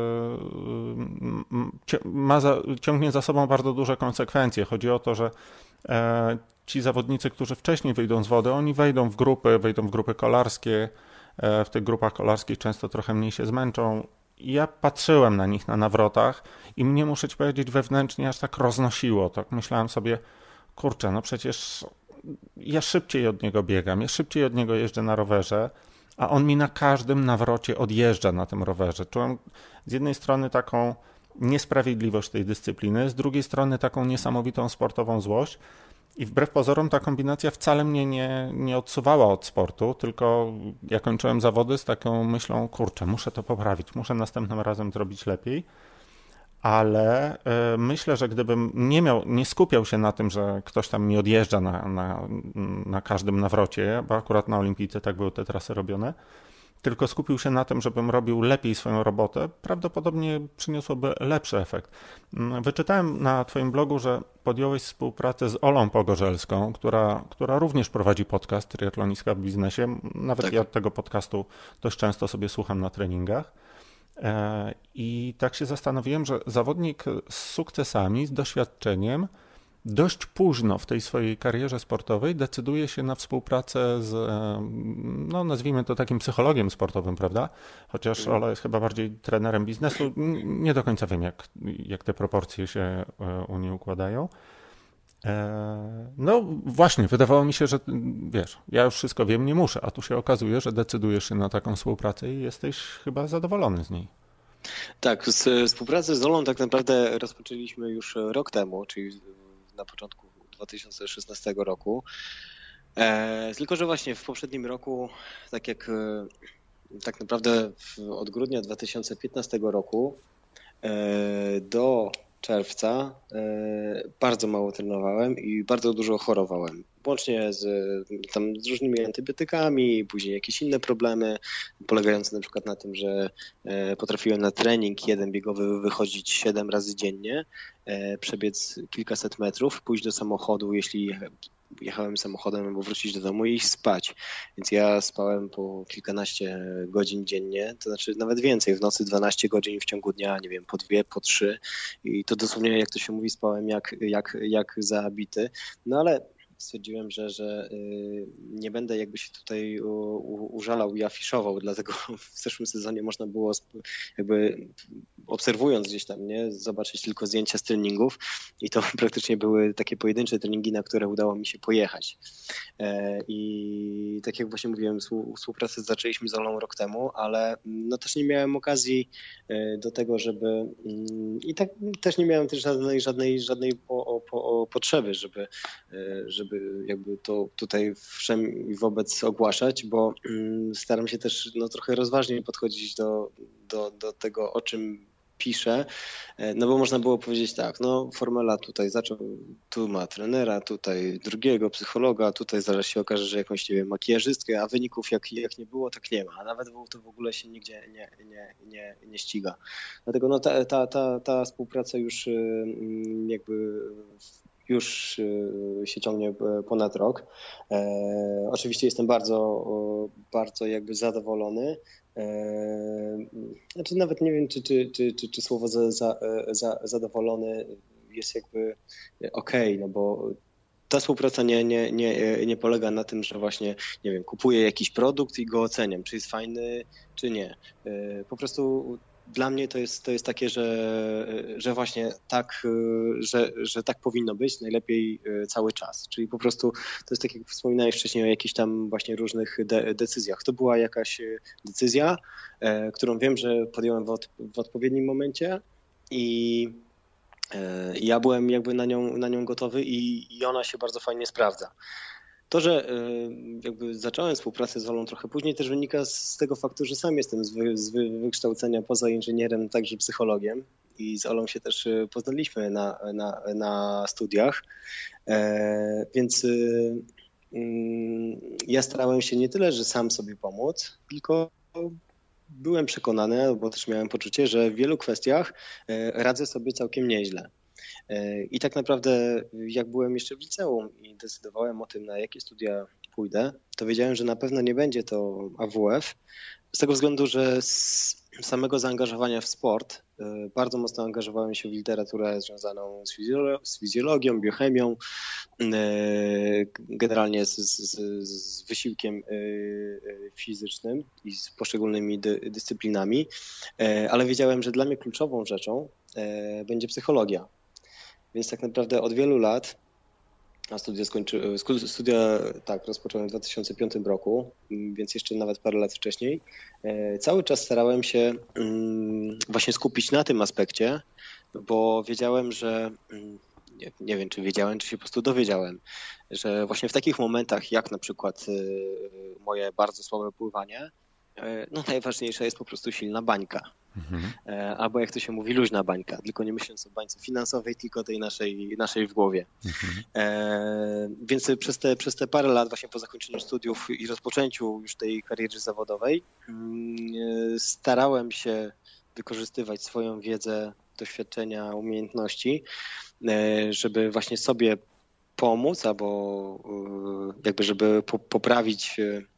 ma za, ciągnie za sobą bardzo duże konsekwencje. Chodzi o to, że ci zawodnicy, którzy wcześniej wyjdą z wody, oni wejdą w grupy, wejdą w grupy kolarskie, w tych grupach kolarskich często trochę mniej się zmęczą. Ja patrzyłem na nich na nawrotach i mnie, muszę ci powiedzieć, wewnętrznie aż tak roznosiło. Tak myślałem sobie, kurczę, no przecież ja szybciej od niego biegam, ja szybciej od niego jeżdżę na rowerze, a on mi na każdym nawrocie odjeżdża na tym rowerze. Czułem z jednej strony taką niesprawiedliwość tej dyscypliny, z drugiej strony taką niesamowitą sportową złość. I wbrew pozorom ta kombinacja wcale mnie nie, nie odsuwała od sportu, tylko ja kończyłem zawody z taką myślą, kurczę, muszę to poprawić, muszę następnym razem zrobić lepiej, ale y, myślę, że gdybym nie miał, nie skupiał się na tym, że ktoś tam mi odjeżdża na, na, na każdym nawrocie, bo akurat na Olimpijce tak były te trasy robione, tylko skupił się na tym, żebym robił lepiej swoją robotę, prawdopodobnie przyniosłoby lepszy efekt. Wyczytałem na twoim blogu, że podjąłeś współpracę z Olą Pogorzelską, która, która również prowadzi podcast Triatlonistka w biznesie. Nawet tak. Ja tego podcastu dość często sobie słucham na treningach. I tak się zastanowiłem, że zawodnik z sukcesami, z doświadczeniem, dość późno w tej swojej karierze sportowej decyduje się na współpracę z, no nazwijmy to takim psychologiem sportowym, prawda? Chociaż Ola jest chyba bardziej trenerem biznesu. Nie do końca wiem, jak, jak te proporcje się u niej układają. No właśnie, wydawało mi się, że wiesz, ja już wszystko wiem, nie muszę, a tu się okazuje, że decydujesz się na taką współpracę i jesteś chyba zadowolony z niej. Tak, współpracę z Olą tak naprawdę rozpoczęliśmy już rok temu, czyli na początku dwa tysiące szesnastego roku. E, tylko, że właśnie w poprzednim roku, tak jak e, tak naprawdę w, od grudnia dwa tysiące piętnastego roku e, do czerwca e, bardzo mało trenowałem i bardzo dużo chorowałem. Łącznie z, tam, z różnymi antybiotykami, później jakieś inne problemy, polegające na przykład na tym, że e, potrafiłem na trening jeden biegowy wychodzić siedem razy dziennie, e, przebiec kilkaset metrów, pójść do samochodu, jeśli jechałem samochodem, albo wrócić do domu i iść spać. Więc ja spałem po kilkanaście godzin dziennie, to znaczy nawet więcej, w nocy dwanaście godzin, w ciągu dnia, nie wiem, po dwie, po trzy i to dosłownie, jak to się mówi, spałem jak, jak, jak zabity. No ale stwierdziłem, że, że nie będę jakby się tutaj użalał i afiszował, dlatego w zeszłym sezonie można było jakby obserwując gdzieś tam, nie, zobaczyć tylko zdjęcia z treningów i to praktycznie były takie pojedyncze treningi, na które udało mi się pojechać. I tak jak właśnie mówiłem, współpracę zaczęliśmy z Olą rok temu, ale no też nie miałem okazji do tego, żeby i tak też nie miałem też żadnej, żadnej, żadnej po, po, potrzeby, żeby, żeby jakby to tutaj wszem i wobec ogłaszać, bo staram się też no, trochę rozważnie podchodzić do, do, do tego, o czym piszę, no bo można było powiedzieć tak, no Formela tutaj zaczął, tu ma trenera, tutaj drugiego psychologa, tutaj zaraz się okaże, że jakąś, nie wiem, makijażystkę, a wyników jak, jak nie było, tak nie ma, a nawet to w ogóle się nigdzie nie, nie, nie, nie ściga. Dlatego no ta, ta, ta, ta współpraca już jakby już się ciągnie ponad rok. E, oczywiście jestem bardzo, bardzo jakby zadowolony. E, znaczy nawet nie wiem, czy, czy, czy, czy, czy słowo za, za, za, zadowolony jest jakby okej, no bo ta współpraca nie, nie, nie, nie polega na tym, że właśnie, nie wiem, kupuję jakiś produkt i go oceniam, czy jest fajny, czy nie. E, po prostu dla mnie to jest, to jest takie, że, że właśnie tak, że, że tak powinno być, najlepiej cały czas. Czyli po prostu to jest tak, jak wspominałeś wcześniej o jakichś tam właśnie różnych de- decyzjach. To była jakaś decyzja, którą wiem, że podjąłem w, od, w odpowiednim momencie i ja byłem jakby na nią, na nią gotowy i, i ona się bardzo fajnie sprawdza. To, że jakby zacząłem współpracę z Olą trochę później, też wynika z tego faktu, że sam jestem z, wy, z wykształcenia poza inżynierem, także psychologiem i z Olą się też poznaliśmy na, na, na studiach, e, więc y, y, ja starałem się nie tyle, że sam sobie pomóc, tylko byłem przekonany, bo też miałem poczucie, że w wielu kwestiach radzę sobie całkiem nieźle. I tak naprawdę jak byłem jeszcze w liceum i decydowałem o tym, na jakie studia pójdę, to wiedziałem, że na pewno nie będzie to A W F, z tego względu, że z samego zaangażowania w sport bardzo mocno angażowałem się w literaturę związaną z, fizjolo- z fizjologią, biochemią, generalnie z, z, z wysiłkiem fizycznym i z poszczególnymi dy- dyscyplinami, ale wiedziałem, że dla mnie kluczową rzeczą będzie psychologia. Więc tak naprawdę od wielu lat, a studia, skończy, studia tak, rozpocząłem w dwa tysiące piątym roku, więc jeszcze nawet parę lat wcześniej, cały czas starałem się właśnie skupić na tym aspekcie, bo wiedziałem, że, nie, nie wiem czy wiedziałem, czy się po prostu dowiedziałem, że właśnie w takich momentach jak na przykład moje bardzo słabe pływanie, no najważniejsza jest po prostu silna bańka. Mhm. Albo jak to się mówi, luźna bańka, tylko nie myśląc o bańce finansowej, tylko tej naszej, naszej w głowie. Mhm. E, więc przez te, przez te parę lat właśnie po zakończeniu studiów i rozpoczęciu już tej kariery zawodowej starałem się wykorzystywać swoją wiedzę, doświadczenia, umiejętności, żeby właśnie sobie pomóc albo jakby żeby poprawić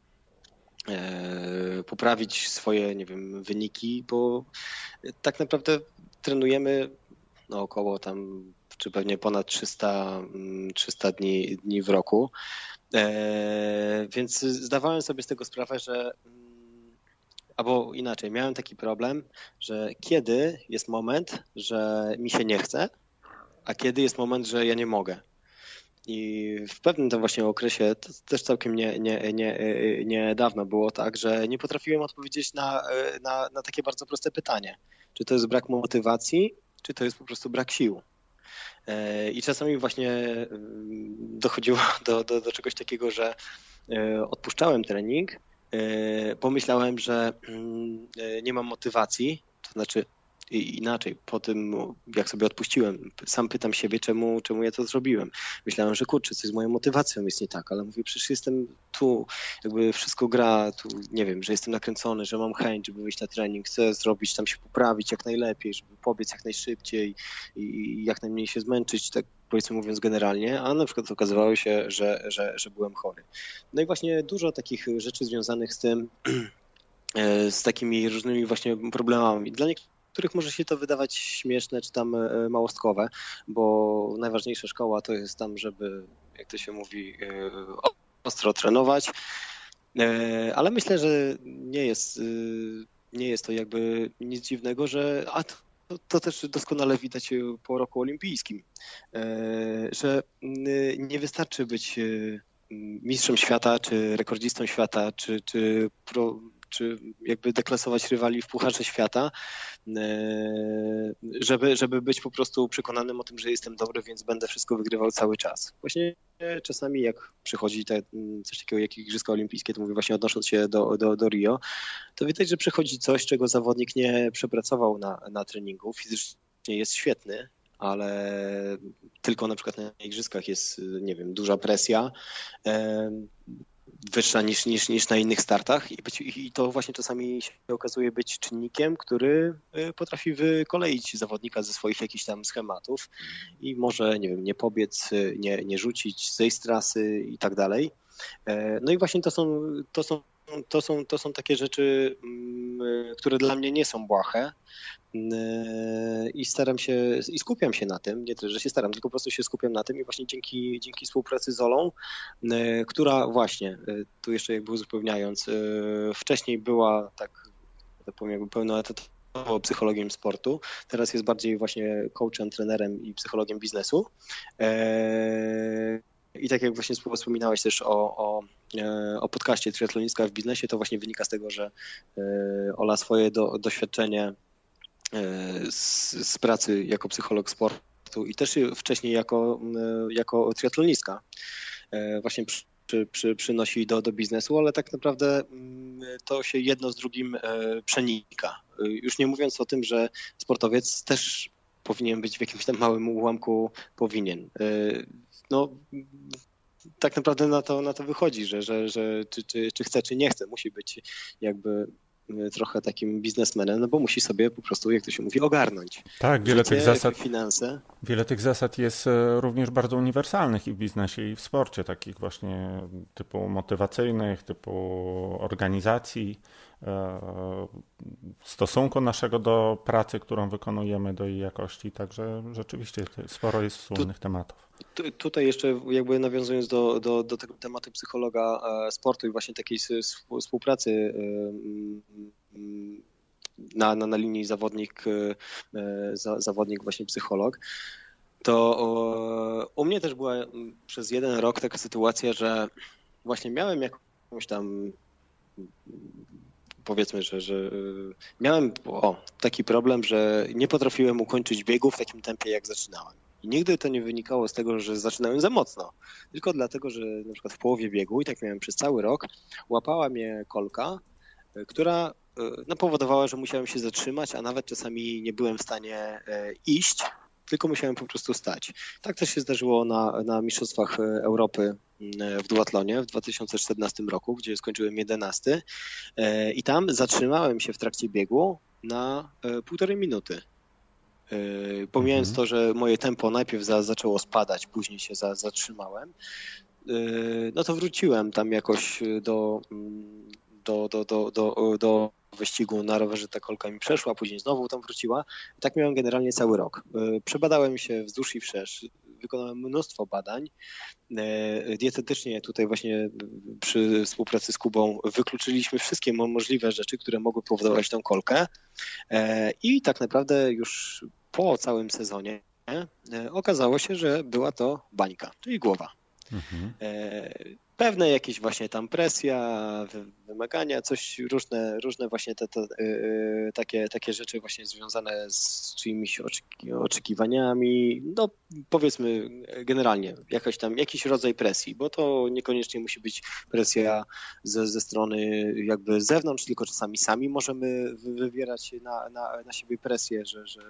poprawić swoje, nie wiem, wyniki, bo tak naprawdę trenujemy no, około tam, czy pewnie ponad trzysta, trzysta dni, dni w roku, e, więc zdawałem sobie z tego sprawę, że albo inaczej, miałem taki problem, że kiedy jest moment, że mi się nie chce, a kiedy jest moment, że ja nie mogę. I w pewnym tam właśnie okresie, to też całkiem nie, nie, nie, niedawno było tak, że nie potrafiłem odpowiedzieć na, na, na takie bardzo proste pytanie. Czy to jest brak motywacji, czy to jest po prostu brak sił? I czasami właśnie dochodziło do, do, do czegoś takiego, że odpuszczałem trening, pomyślałem, że nie mam motywacji, to znaczy I inaczej, po tym jak sobie odpuściłem, sam pytam siebie, czemu, czemu ja to zrobiłem. Myślałem, że kurczę, coś z moją motywacją jest nie tak, ale mówię, przecież jestem tu, jakby wszystko gra, tu nie wiem, że jestem nakręcony, że mam chęć, żeby wyjść na trening, chcę zrobić, tam się poprawić jak najlepiej, żeby pobiec jak najszybciej i jak najmniej się zmęczyć. Tak powiedzmy mówiąc generalnie, a na przykład okazywało się, że, że, że byłem chory. No i właśnie dużo takich rzeczy związanych z tym, z takimi różnymi właśnie problemami. Dla niektórych może się to wydawać śmieszne czy tam małostkowe, bo najważniejsza szkoła to jest tam, żeby, jak to się mówi, ostro trenować, ale myślę, że nie jest, nie jest to jakby nic dziwnego, że a to, to też doskonale widać po roku olimpijskim, że nie wystarczy być mistrzem świata, czy rekordzistą świata, czy, czy, pro, czy jakby deklasować rywali w Pucharze Świata, żeby, żeby być po prostu przekonanym o tym, że jestem dobry, więc będę wszystko wygrywał cały czas. Właśnie czasami jak przychodzi te, coś takiego jak Igrzyska Olimpijskie, to mówię właśnie odnosząc się do, do, do Rio, to widać, że przychodzi coś, czego zawodnik nie przepracował na, na treningu. Fizycznie jest świetny, ale tylko na przykład na igrzyskach jest, nie wiem, duża presja, wyższa niż, niż, niż na innych startach i, być, i to właśnie czasami się okazuje być czynnikiem, który potrafi wykoleić zawodnika ze swoich jakichś tam schematów i może, nie wiem, nie pobiec, nie, nie rzucić, zejść z trasy i tak dalej. No i właśnie to są, to są, to są, to są takie rzeczy, które dla mnie nie są błahe. I staram się, i skupiam się na tym, nie tyle, że się staram, tylko po prostu się skupiam na tym i właśnie dzięki, dzięki współpracy z Olą, która właśnie, tu jeszcze jakby uzupełniając, wcześniej była tak, tak powiem, jakby pełnoetatowo psychologiem sportu, teraz jest bardziej właśnie coachem, trenerem i psychologiem biznesu. I tak jak właśnie wspominałeś też o, o, o podcaście Triatlonistka w biznesie, to właśnie wynika z tego, że Ola swoje do, doświadczenie Z, z pracy jako psycholog sportu i też wcześniej jako, jako triatlonistka właśnie przy, przy, przynosi do, do biznesu, ale tak naprawdę to się jedno z drugim przenika. Już nie mówiąc o tym, że sportowiec też powinien być w jakimś tam małym ułamku powinien. No, tak naprawdę na to, na to wychodzi, że, że, że czy, czy, czy chce, czy nie chce, musi być jakby trochę takim biznesmenem, no bo musi sobie po prostu, jak to się mówi, ogarnąć. Tak, wiele Życie, tych zasad, finanse. Wiele tych zasad jest również bardzo uniwersalnych i w biznesie, i w sporcie, takich właśnie typu motywacyjnych, typu organizacji, stosunku naszego do pracy, którą wykonujemy, do jej jakości, także rzeczywiście sporo jest wspólnych tu, tematów. Tu, tutaj jeszcze jakby nawiązując do, do, do tego tematu psychologa sportu i właśnie takiej współpracy na, na, na linii zawodnik, zawodnik właśnie psycholog, to u mnie też była przez jeden rok taka sytuacja, że właśnie miałem jakąś tam, powiedzmy, że, że miałem o, taki problem, że nie potrafiłem ukończyć biegu w takim tempie, jak zaczynałem. I nigdy to nie wynikało z tego, że zaczynałem za mocno, tylko dlatego, że na przykład w połowie biegu, i tak miałem przez cały rok, łapała mnie kolka, która no, powodowała, że musiałem się zatrzymać, a nawet czasami nie byłem w stanie iść, tylko musiałem po prostu stać. Tak też się zdarzyło na, na Mistrzostwach Europy w duatlonie w dwa tysiące czternastym roku, gdzie skończyłem jedenasty i tam zatrzymałem się w trakcie biegu na półtorej minuty. Pomijając mhm. to, że moje tempo najpierw za, zaczęło spadać, później się za, zatrzymałem, no to wróciłem tam jakoś do, do, do, do, do, do wyścigu na rowerze, ta kolka mi przeszła, później znowu tam wróciła. I tak miałem generalnie cały rok. Przebadałem się wzdłuż i wszerz, wykonałem mnóstwo badań. Dietetycznie tutaj właśnie przy współpracy z Kubą wykluczyliśmy wszystkie możliwe rzeczy, które mogły powodować tą kolkę i tak naprawdę już po całym sezonie okazało się, że była to bańka, czyli głowa. Mhm. Pewne jakieś właśnie tam presja, wymagania, coś różne, różne właśnie te, te, yy, takie, takie rzeczy właśnie związane z czyimiś oczekiwaniami, no powiedzmy generalnie jakaś tam, jakiś rodzaj presji, bo to niekoniecznie musi być presja ze, ze strony jakby z zewnątrz, tylko czasami sami możemy wywierać na, na, na siebie presję, że, że nie wiem,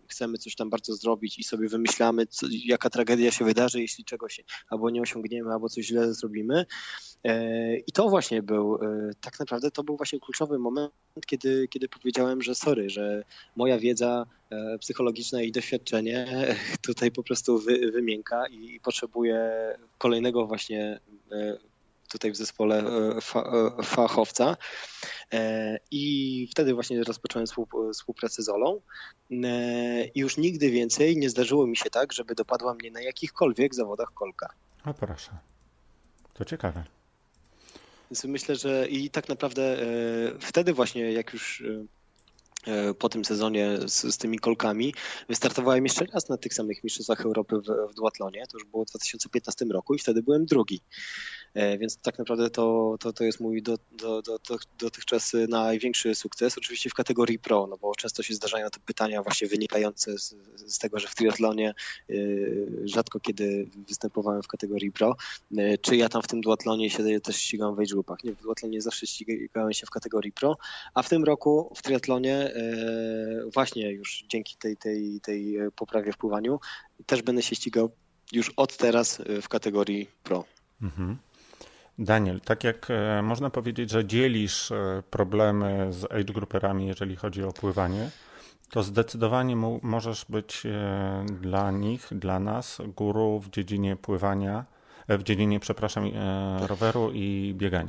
chcemy coś tam bardzo zrobić i sobie wymyślamy, co, jaka tragedia się wydarzy, jeśli czegoś albo nie osiągniemy, albo coś źle zrobimy. I to właśnie był, tak naprawdę to był właśnie kluczowy moment, kiedy, kiedy powiedziałem, że sorry, że moja wiedza psychologiczna i doświadczenie tutaj po prostu wy, wymięka i potrzebuję kolejnego właśnie tutaj w zespole fachowca. I wtedy właśnie rozpocząłem współpracę z Olą i już nigdy więcej nie zdarzyło mi się tak, żeby dopadła mnie na jakichkolwiek zawodach kolka. O proszę, to ciekawe. Więc myślę, że i tak naprawdę wtedy właśnie jak już po tym sezonie z, z tymi kolkami wystartowałem jeszcze raz na tych samych mistrzostwach Europy w, w duatlonie, to już było w dwa tysiące piętnastym roku i wtedy byłem drugi. Więc tak naprawdę to, to, to jest mój do, do, do, do, dotychczas największy sukces, oczywiście w kategorii pro, no bo często się zdarzają te pytania właśnie wynikające z, z tego, że w triatlonie rzadko kiedy występowałem w kategorii pro, czy ja tam w tym duatlonie się też ścigałem w age groupach. Nie, w duatlonie zawsze ścigałem się w kategorii pro, a w tym roku w triatlonie właśnie już dzięki tej, tej, tej poprawie w pływaniu też będę się ścigał już od teraz w kategorii pro. Mhm. Daniel, tak jak można powiedzieć, że dzielisz problemy z age grouperami, jeżeli chodzi o pływanie, to zdecydowanie możesz być dla nich, dla nas guru w dziedzinie pływania, w dziedzinie, przepraszam, roweru i biegania.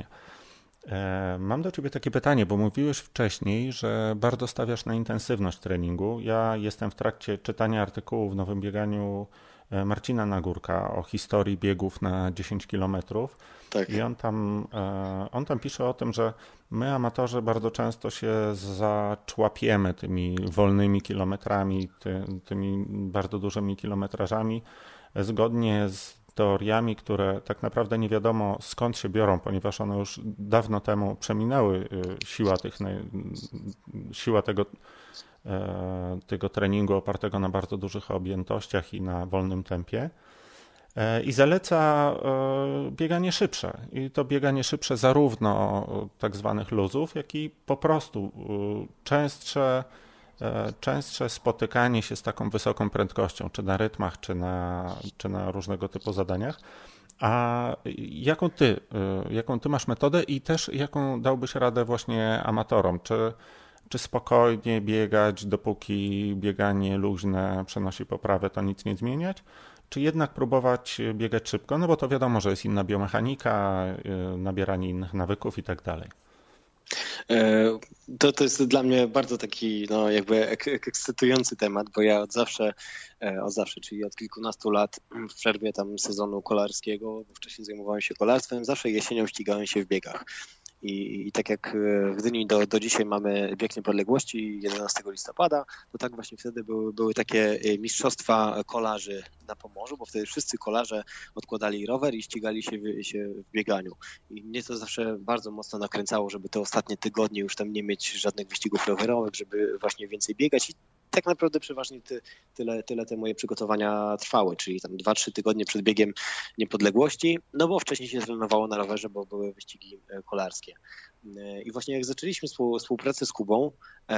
Mam do ciebie takie pytanie, bo mówiłeś wcześniej, że bardzo stawiasz na intensywność treningu. Ja jestem w trakcie czytania artykułu w Nowym Bieganiu Marcina Nagórka o historii biegów na dziesięć kilometrów. Tak. I on tam, on tam pisze o tym, że my amatorzy bardzo często się zaczłapiemy tymi wolnymi kilometrami, ty, tymi bardzo dużymi kilometrażami, zgodnie z teoriami, które tak naprawdę nie wiadomo skąd się biorą, ponieważ one już dawno temu przeminęły siła, tych, siła tego, tego treningu opartego na bardzo dużych objętościach i na wolnym tempie. I zaleca bieganie szybsze. I to bieganie szybsze zarówno tak zwanych luzów, jak i po prostu częstsze, częstsze spotykanie się z taką wysoką prędkością, czy na rytmach, czy na, czy na różnego typu zadaniach. A jaką ty, jaką ty masz metodę i też jaką dałbyś radę właśnie amatorom? Czy, czy spokojnie biegać, dopóki bieganie luźne przynosi poprawę, to nic nie zmieniać? Czy jednak próbować biegać szybko? No bo to wiadomo, że jest inna biomechanika, nabieranie innych nawyków i tak dalej. To, to jest dla mnie bardzo taki no, jakby ekscytujący temat, bo ja od zawsze, od zawsze, czyli od kilkunastu lat w przerwie tam sezonu kolarskiego, bo wcześniej zajmowałem się kolarstwem, zawsze jesienią ścigałem się w biegach. I, I tak jak w Gdyni do, do dzisiaj mamy bieg niepodległości jedenastego listopada, to tak właśnie wtedy były, były takie mistrzostwa kolarzy na Pomorzu, bo wtedy wszyscy kolarze odkładali rower i ścigali się w, się w bieganiu. I mnie to zawsze bardzo mocno nakręcało, żeby te ostatnie tygodnie już tam nie mieć żadnych wyścigów rowerowych, żeby właśnie więcej biegać. I tak naprawdę przeważnie ty, tyle, tyle te moje przygotowania trwały, czyli tam dwa trzy tygodnie przed biegiem niepodległości, no bo wcześniej się trenowało na rowerze, bo były wyścigi kolarskie. I właśnie jak zaczęliśmy współpracę z Kubą,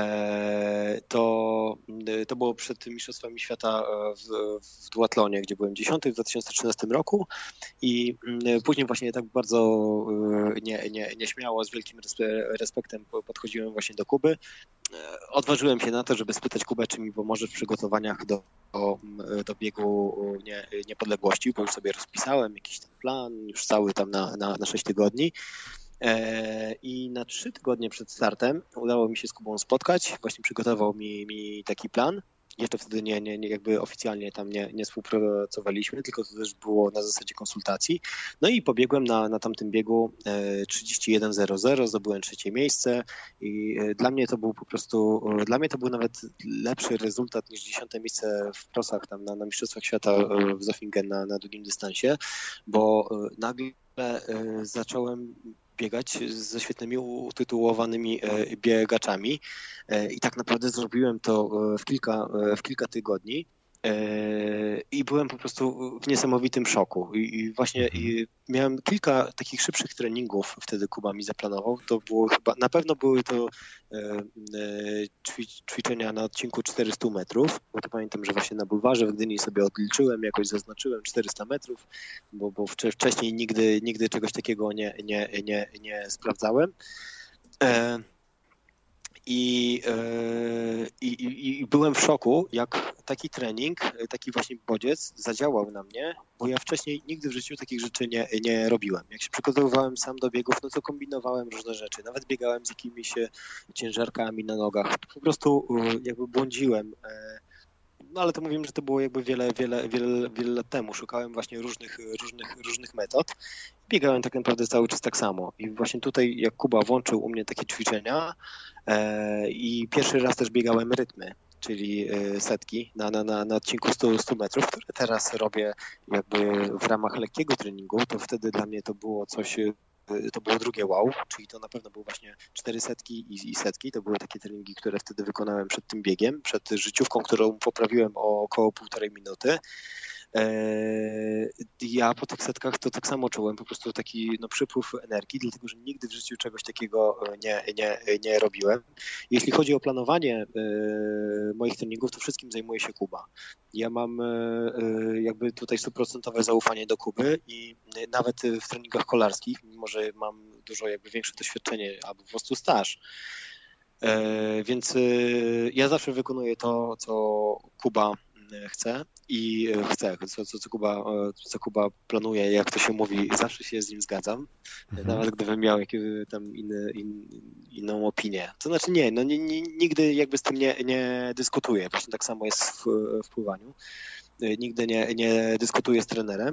to, to było przed Mistrzostwami Świata w, w duatlonie, gdzie byłem dziesiąty w dwa tysiące trzynastym roku i później właśnie tak bardzo nie, nie, nieśmiało, z wielkim respektem podchodziłem właśnie do Kuby. Odważyłem się na to, żeby spytać Kubę, czy mi pomoże w przygotowaniach do, do, do biegu nie, niepodległości, bo już sobie rozpisałem jakiś ten plan, już cały tam na, na, na sześć tygodni. I na trzy tygodnie przed startem udało mi się z Kubą spotkać. Właśnie przygotował mi, mi taki plan. Jeszcze wtedy nie, nie, nie jakby oficjalnie tam nie, nie współpracowaliśmy, tylko to też było na zasadzie konsultacji. No i pobiegłem na, na tamtym biegu trzydzieści jeden zero zero, zdobyłem trzecie miejsce i dla mnie to był po prostu, dla mnie to był nawet lepszy rezultat niż dziesiąte miejsce w prosach tam na, na Mistrzostwach Świata w Zofingen na, na długim dystansie, bo nagle zacząłem biegać ze świetnymi utytułowanymi biegaczami i tak naprawdę zrobiłem to w kilka, w kilka tygodni I byłem po prostu w niesamowitym szoku. I właśnie i miałem kilka takich szybszych treningów, wtedy Kuba mi zaplanował. To było chyba, na pewno były to ćwiczenia na odcinku czterysta metrów, bo to pamiętam, że właśnie na bulwarze w Gdyni sobie odliczyłem, jakoś zaznaczyłem czterysta metrów, bo, bo wcześniej nigdy, nigdy czegoś takiego nie, nie, nie, nie sprawdzałem. I, i, I byłem w szoku, jak taki trening, taki właśnie bodziec zadziałał na mnie, bo ja wcześniej nigdy w życiu takich rzeczy nie, nie robiłem. Jak się przygotowywałem sam do biegów, no to kombinowałem różne rzeczy. Nawet biegałem z jakimiś ciężarkami na nogach. Po prostu jakby błądziłem. No ale to mówiłem, że to było jakby wiele, wiele, wiele, wiele lat temu. Szukałem właśnie różnych, różnych, różnych metod. Biegałem tak naprawdę cały czas tak samo. I właśnie tutaj, jak Kuba włączył u mnie takie ćwiczenia e, i pierwszy raz też biegałem rytmy, czyli setki na, na, na, na odcinku sto, sto metrów, które teraz robię jakby w ramach lekkiego treningu, to wtedy dla mnie to było coś, to było drugie wow, czyli to na pewno były właśnie cztery setki i, i setki. To były takie treningi, które wtedy wykonałem przed tym biegiem, przed życiówką, którą poprawiłem o około półtorej minuty. Ja po tych setkach to tak samo czułem, po prostu taki no, przypływ energii, dlatego że nigdy w życiu czegoś takiego nie, nie, nie robiłem. Jeśli chodzi o planowanie moich treningów, to wszystkim zajmuje się Kuba. Ja mam jakby tutaj stuprocentowe zaufanie do Kuby i nawet w treningach kolarskich, mimo że mam dużo jakby większe doświadczenie albo po prostu staż, więc ja zawsze wykonuję to, co Kuba chce i chce, co, co, co, Kuba, co Kuba planuje, jak to się mówi, zawsze się z nim zgadzam, mhm. Nawet gdybym miał jakieś tam inny, in, inną opinię. To znaczy nie, no nie, nie, nigdy jakby z tym nie, nie dyskutuję, właśnie tak samo jest w, w pływaniu. Nigdy nie, nie dyskutuję z trenerem.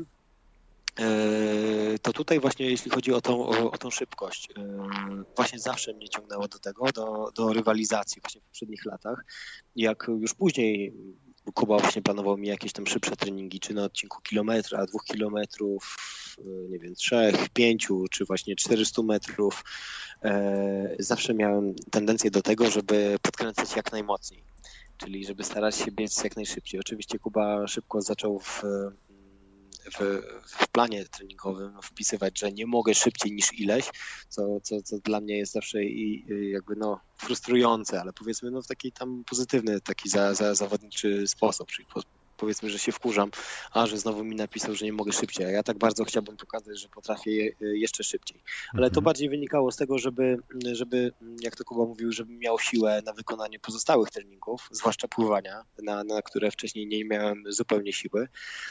To tutaj właśnie jeśli chodzi o tą, o, o tą szybkość, właśnie zawsze mnie ciągnęło do tego, do, do rywalizacji właśnie w poprzednich latach. Jak już później Kuba właśnie planował mi jakieś tam szybsze treningi, czy na odcinku kilometra, dwóch kilometrów, nie wiem, trzech, pięciu, czy właśnie czterystu metrów. Zawsze miałem tendencję do tego, żeby podkręcać jak najmocniej, czyli żeby starać się biec jak najszybciej. Oczywiście Kuba szybko zaczął w W, w planie treningowym wpisywać, że nie mogę szybciej niż ileś, co, co, co dla mnie jest zawsze i, i jakby no frustrujące, ale powiedzmy no w taki tam pozytywny, taki za, za zawodniczy sposób, czyli po, powiedzmy, że się wkurzam, a że znowu mi napisał, że nie mogę szybciej, a ja tak bardzo chciałbym pokazać, że potrafię je, jeszcze szybciej. Ale mhm. to bardziej wynikało z tego, żeby, żeby, jak to Kuba mówił, żebym miał siłę na wykonanie pozostałych treningów, zwłaszcza pływania, na, na które wcześniej nie miałem zupełnie siły.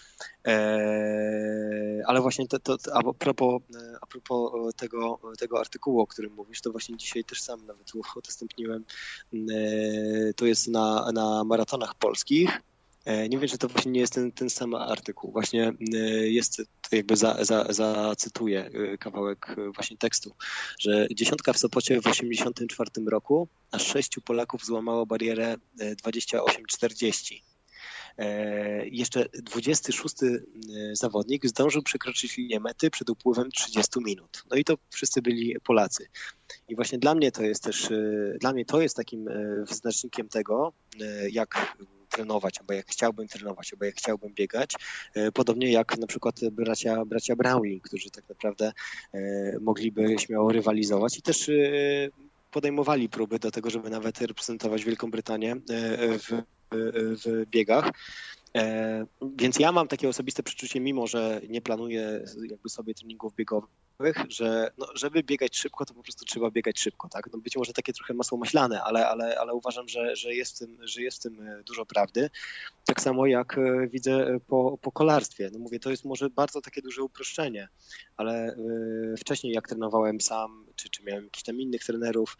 Ale właśnie to, to, a propos, a propos tego, tego artykułu, o którym mówisz, to właśnie dzisiaj też sam nawet udostępniłem. To jest na, na maratonach polskich. Nie wiem, czy to właśnie nie jest ten, ten sam artykuł. Właśnie jest, jakby za, za, zacytuję kawałek właśnie tekstu, że dziesiątka w Sopocie w osiemdziesiątym czwartym roku aż sześciu Polaków złamało barierę dwadzieścia osiem czterdzieści. Jeszcze dwudziesty szósty zawodnik zdążył przekroczyć linię mety przed upływem trzydziestu minut. No i to wszyscy byli Polacy. I właśnie dla mnie to jest też, dla mnie to jest takim wyznacznikiem tego, jak trenować, albo jak chciałbym trenować, albo jak chciałbym biegać. Podobnie jak na przykład bracia, bracia Brownlee, którzy tak naprawdę mogliby śmiało rywalizować i też podejmowali próby do tego, żeby nawet reprezentować Wielką Brytanię w w biegach. Więc ja mam takie osobiste przeczucie, mimo że nie planuję jakby sobie treningów biegowych, że no, żeby biegać szybko, to po prostu trzeba biegać szybko. Tak? No być może takie trochę masło maślane, ale, ale, ale uważam, że, że, jest w tym, że jest w tym dużo prawdy. Tak samo jak widzę po, po kolarstwie. No mówię, to jest może bardzo takie duże uproszczenie, ale wcześniej jak trenowałem sam, czy, czy miałem jakichś tam innych trenerów,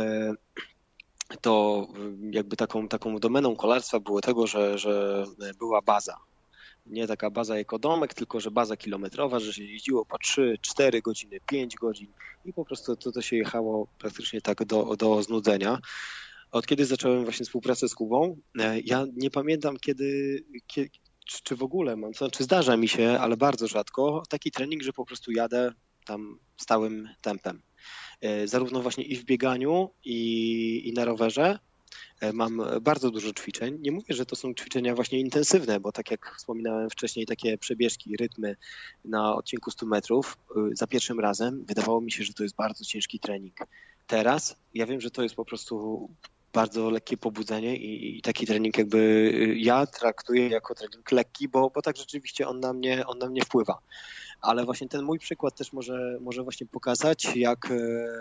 to jakby taką, taką domeną kolarstwa było tego, że, że była baza. Nie taka baza jako domek, tylko że baza kilometrowa, że się jeździło po trzy, cztery godziny, pięć godzin i po prostu to, to się jechało praktycznie tak do, do znudzenia. Od kiedy zacząłem właśnie współpracę z Kubą, ja nie pamiętam kiedy, kiedy czy w ogóle mam, to znaczy zdarza mi się, ale bardzo rzadko, taki trening, że po prostu jadę tam stałym tempem. Zarówno właśnie i w bieganiu, i, i na rowerze. mam bardzo dużo ćwiczeń. Nie mówię, że to są ćwiczenia właśnie intensywne, bo tak jak wspominałem wcześniej, takie przebieżki, rytmy na odcinku stu metrów za pierwszym razem wydawało mi się, że to jest bardzo ciężki trening. Teraz ja wiem, że to jest po prostu bardzo lekkie pobudzenie i, i taki trening jakby ja traktuję jako trening lekki, bo, bo tak rzeczywiście on na mnie, on na mnie wpływa. Ale właśnie ten mój przykład też może, może właśnie pokazać, jak,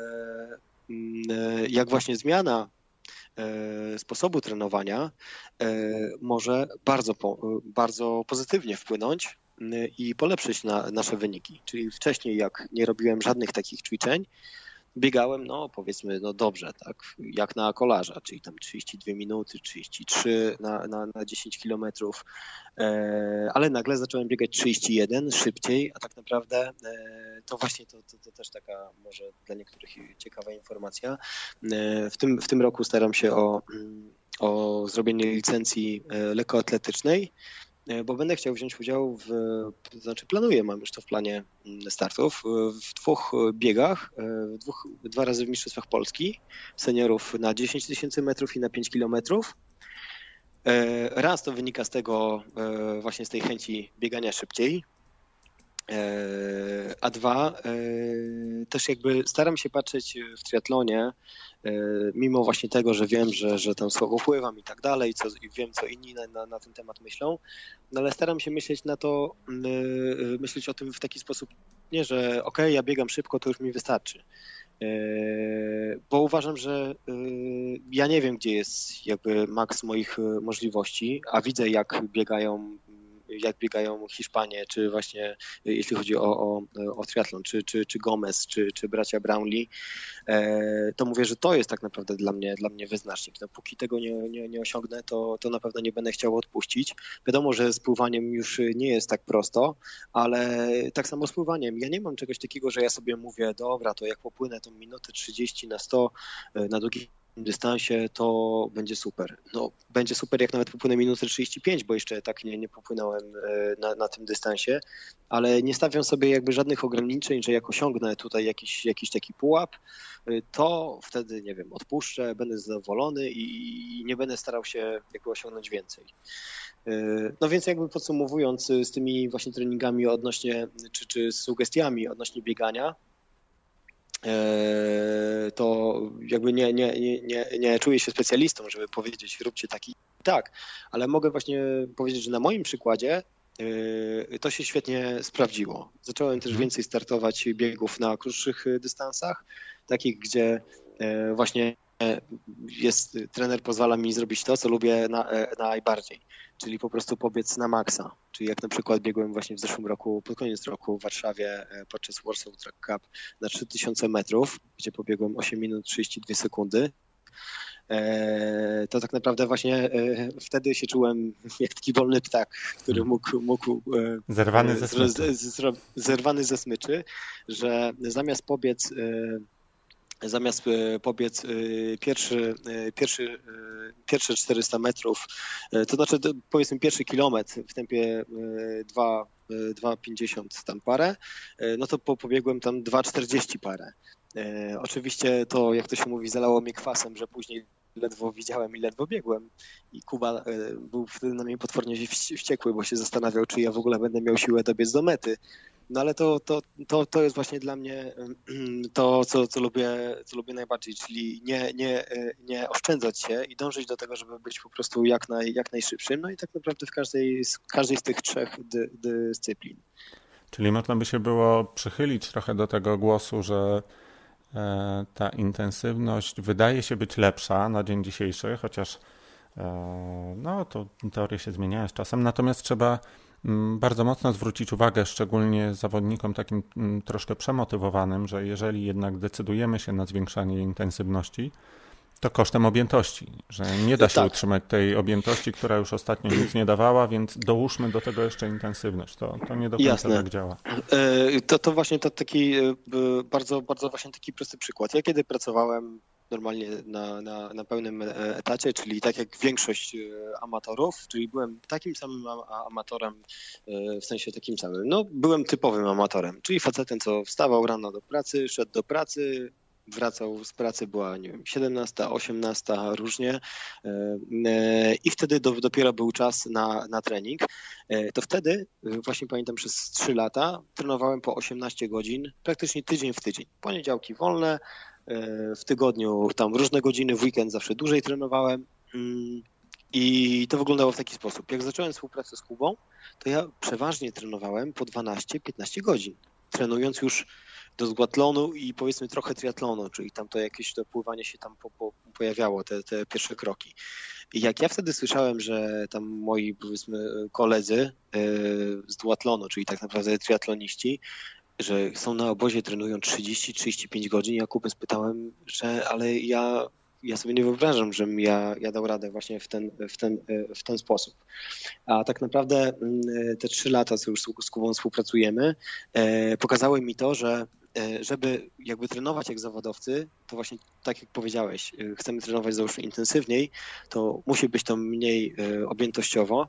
jak właśnie zmiana sposobu trenowania może bardzo, bardzo pozytywnie wpłynąć i polepszyć na nasze wyniki. Czyli wcześniej, jak nie robiłem żadnych takich ćwiczeń, biegałem, no powiedzmy, no dobrze, tak, jak na kolarza, czyli tam trzydzieści dwie minuty, trzydzieści trzy na, na, na dziesięć kilometrów, e, ale nagle zacząłem biegać trzydzieści jeden, szybciej, a tak naprawdę e, to właśnie to, to, to też taka może dla niektórych ciekawa informacja. E, w tym, w tym roku staram się o, o zrobienie licencji lekkoatletycznej, bo będę chciał wziąć udział w, to znaczy planuję, mam już to w planie startów, w dwóch biegach, w dwóch, dwa razy w Mistrzostwach Polski, seniorów na dziesięć tysięcy metrów i na pięć kilometrów. Raz to wynika z tego, właśnie z tej chęci biegania szybciej, a dwa, też jakby staram się patrzeć w triatlonie, mimo właśnie tego, że wiem, że, że tam słabo pływam i tak dalej, co, i wiem, co inni na, na, na ten temat myślą, no ale staram się myśleć na to, myśleć o tym w taki sposób, nie, że okej, okay, ja biegam szybko, to już mi wystarczy. Bo uważam, że ja nie wiem, gdzie jest jakby maks moich możliwości, a widzę, jak biegają jak biegają Hiszpanie, czy właśnie jeśli chodzi o, o, o triatlon, czy, czy, czy Gomez, czy, czy bracia Brownlee, to mówię, że to jest tak naprawdę dla mnie, dla mnie wyznacznik. No, póki tego nie, nie, nie osiągnę, to, to na pewno nie będę chciał odpuścić. Wiadomo, że z pływaniem już nie jest tak prosto, ale tak samo z pływaniem. Ja nie mam czegoś takiego, że ja sobie mówię, dobra, to jak popłynę tą minutę trzydzieści na sto na długi dystansie, to będzie super. No, będzie super, jak nawet popłynę minutę trzydzieści pięć, bo jeszcze tak nie, nie popłynąłem na, na tym dystansie, ale nie stawiam sobie jakby żadnych ograniczeń, że jak osiągnę tutaj jakiś, jakiś taki pułap, to wtedy, nie wiem, odpuszczę, będę zadowolony i nie będę starał się jakby osiągnąć więcej. No więc jakby podsumowując z tymi właśnie treningami odnośnie, czy, czy z sugestiami odnośnie biegania, to jakby nie, nie, nie, nie, nie czuję się specjalistą, żeby powiedzieć róbcie taki tak, ale mogę właśnie powiedzieć, że na moim przykładzie to się świetnie sprawdziło. Zacząłem też więcej startować biegów na krótszych dystansach, takich, gdzie właśnie jest, trener pozwala mi zrobić to, co lubię na, najbardziej, czyli po prostu pobiec na maksa. Czyli jak na przykład biegłem właśnie w zeszłym roku, pod koniec roku w Warszawie podczas Warsaw Track Cup na trzy tysiące metrów, gdzie pobiegłem osiem minut trzydzieści dwie sekundy. To tak naprawdę właśnie wtedy się czułem jak taki wolny ptak, który mógł, mógł zerwany ze smyczy. Z, z, zerwany ze smyczy, że zamiast pobiec Zamiast pobiec pierwszy, pierwszy, pierwsze czterysta metrów, to znaczy powiedzmy pierwszy kilometr w tempie dwa pięćdziesiąt tam parę, no to pobiegłem tam dwa czterdzieści parę. Oczywiście to, jak to się mówi, zalało mnie kwasem, że później ledwo widziałem i ledwo biegłem i Kuba był wtedy na mnie potwornie wściekły, bo się zastanawiał, czy ja w ogóle będę miał siłę dobiec do mety. No ale to, to, to, to jest właśnie dla mnie to, co, co, lubię, co lubię najbardziej, czyli nie, nie, nie oszczędzać się i dążyć do tego, żeby być po prostu jak, naj, jak najszybszym, no i tak naprawdę w każdej, każdej z tych trzech dy, dyscyplin. Czyli można by się było przychylić trochę do tego głosu, że ta intensywność wydaje się być lepsza na dzień dzisiejszy, chociaż no, to teorie się zmieniają z czasem, natomiast trzeba bardzo mocno zwrócić uwagę, szczególnie zawodnikom takim troszkę przemotywowanym, że jeżeli jednak decydujemy się na zwiększanie intensywności, to kosztem objętości, że nie da się tak utrzymać tej objętości, która już ostatnio nic nie dawała, więc dołóżmy do tego jeszcze intensywność. To, to nie do końca Jasne. tak działa. To, to właśnie to taki bardzo, bardzo właśnie taki prosty przykład. Ja kiedy pracowałem normalnie na, na, na pełnym etacie, czyli tak jak większość amatorów, czyli byłem takim samym amatorem, w sensie takim samym, no byłem typowym amatorem, czyli facetem, co wstawał rano do pracy, szedł do pracy, wracał z pracy, była, nie wiem, siedemnasta, osiemnasta, różnie i wtedy do, dopiero był czas na, na trening. To wtedy, właśnie pamiętam, przez trzy lata trenowałem po osiemnaście godzin, praktycznie tydzień w tydzień. Poniedziałki wolne, w tygodniu tam różne godziny, w weekend zawsze dłużej trenowałem i to wyglądało w taki sposób. Jak zacząłem współpracę z Kubą, to ja przeważnie trenowałem po dwanaście piętnaście godzin, trenując już do duatlonu i powiedzmy trochę triatlonu, czyli tam to jakieś to pływanie się tam po, po, pojawiało, te, te pierwsze kroki. I jak ja wtedy słyszałem, że tam moi powiedzmy koledzy yy, z duatlonu, czyli tak naprawdę triatloniści, że są na obozie, trenują trzydzieści trzydzieści pięć godzin, ja Kubę spytałem, że ale ja, ja sobie nie wyobrażam, żebym ja, ja dał radę właśnie w ten, w, ten, w ten sposób. A tak naprawdę te trzy lata, co już z Kubą współpracujemy, pokazały mi to, że żeby jakby trenować jak zawodowcy, to właśnie tak jak powiedziałeś, chcemy trenować załóżmy intensywniej, to musi być to mniej objętościowo,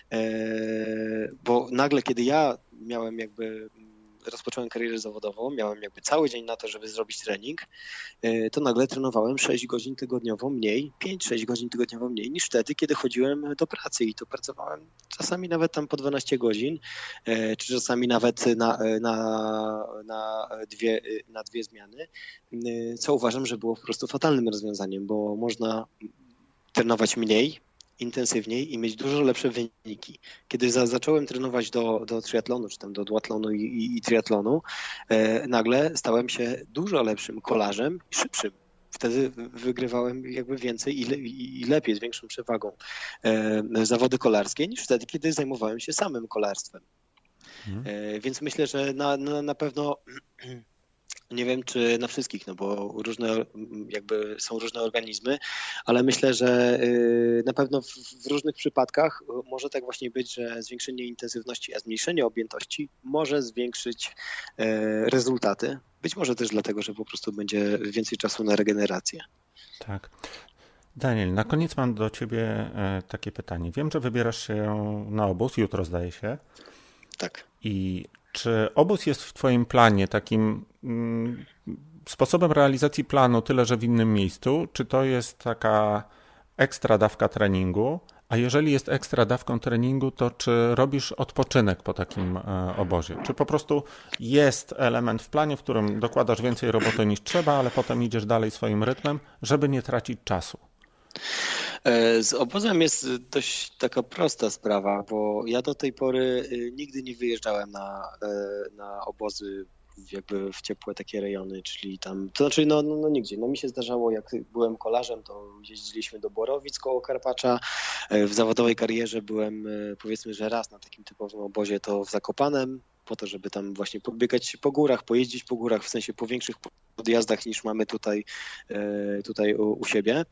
bo nagle kiedy ja miałem jakby rozpocząłem karierę zawodową, miałem jakby cały dzień na to, żeby zrobić trening, to nagle trenowałem sześć godzin tygodniowo mniej, pięć sześć godzin tygodniowo mniej niż wtedy, kiedy chodziłem do pracy i to pracowałem czasami nawet tam po dwanaście godzin, czy czasami nawet na, na, na, dwie, na dwie zmiany, co uważam, że było po prostu fatalnym rozwiązaniem, bo można trenować mniej, intensywniej i mieć dużo lepsze wyniki. Kiedy za, zacząłem trenować do, do triatlonu, czy tam do duatlonu i, i, i triatlonu, e, nagle stałem się dużo lepszym kolarzem i szybszym. Wtedy wygrywałem jakby więcej i, le, i lepiej, z większą przewagą e, zawody kolarskie niż wtedy, kiedy zajmowałem się samym kolarstwem. Hmm. E, więc myślę, że na, na, na pewno nie wiem, czy na wszystkich, no bo różne jakby są różne organizmy, ale myślę, że na pewno w, w różnych przypadkach może tak właśnie być, że zwiększenie intensywności, a zmniejszenie objętości może zwiększyć rezultaty. Być może też dlatego, że po prostu będzie więcej czasu na regenerację. Tak. Daniel, na koniec mam do ciebie takie pytanie. Wiem, że wybierasz się na obóz, jutro zdaje się. Tak. I czy obóz jest w twoim planie takim mm, sposobem realizacji planu, tyle że w innym miejscu? Czy to jest taka ekstra dawka treningu? A jeżeli jest ekstra dawką treningu, to czy robisz odpoczynek po takim e, obozie? Czy po prostu jest element w planie, w którym dokładasz więcej roboty niż trzeba, ale potem idziesz dalej swoim rytmem, żeby nie tracić czasu? Z obozem jest dość taka prosta sprawa, bo ja do tej pory nigdy nie wyjeżdżałem na, na obozy jakby w ciepłe takie rejony, czyli tam, to znaczy no, no, no nigdzie. No mi się zdarzało, jak byłem kolarzem, to jeździliśmy do Borowic koło Karpacza. W zawodowej karierze byłem powiedzmy, że raz na takim typowym obozie to w Zakopanem, po to, żeby tam właśnie pobiegać po górach, pojeździć po górach, w sensie po większych podjazdach niż mamy tutaj, tutaj u, u siebie.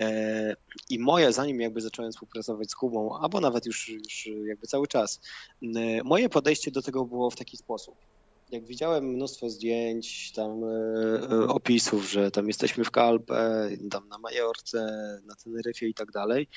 I moje, zanim jakby zacząłem współpracować z Kubą, albo nawet już, już jakby cały czas, moje podejście do tego było w taki sposób. Jak widziałem mnóstwo zdjęć, tam opisów, że tam jesteśmy w Calpe, tam na Majorce, na Teneryfie i tak dalej,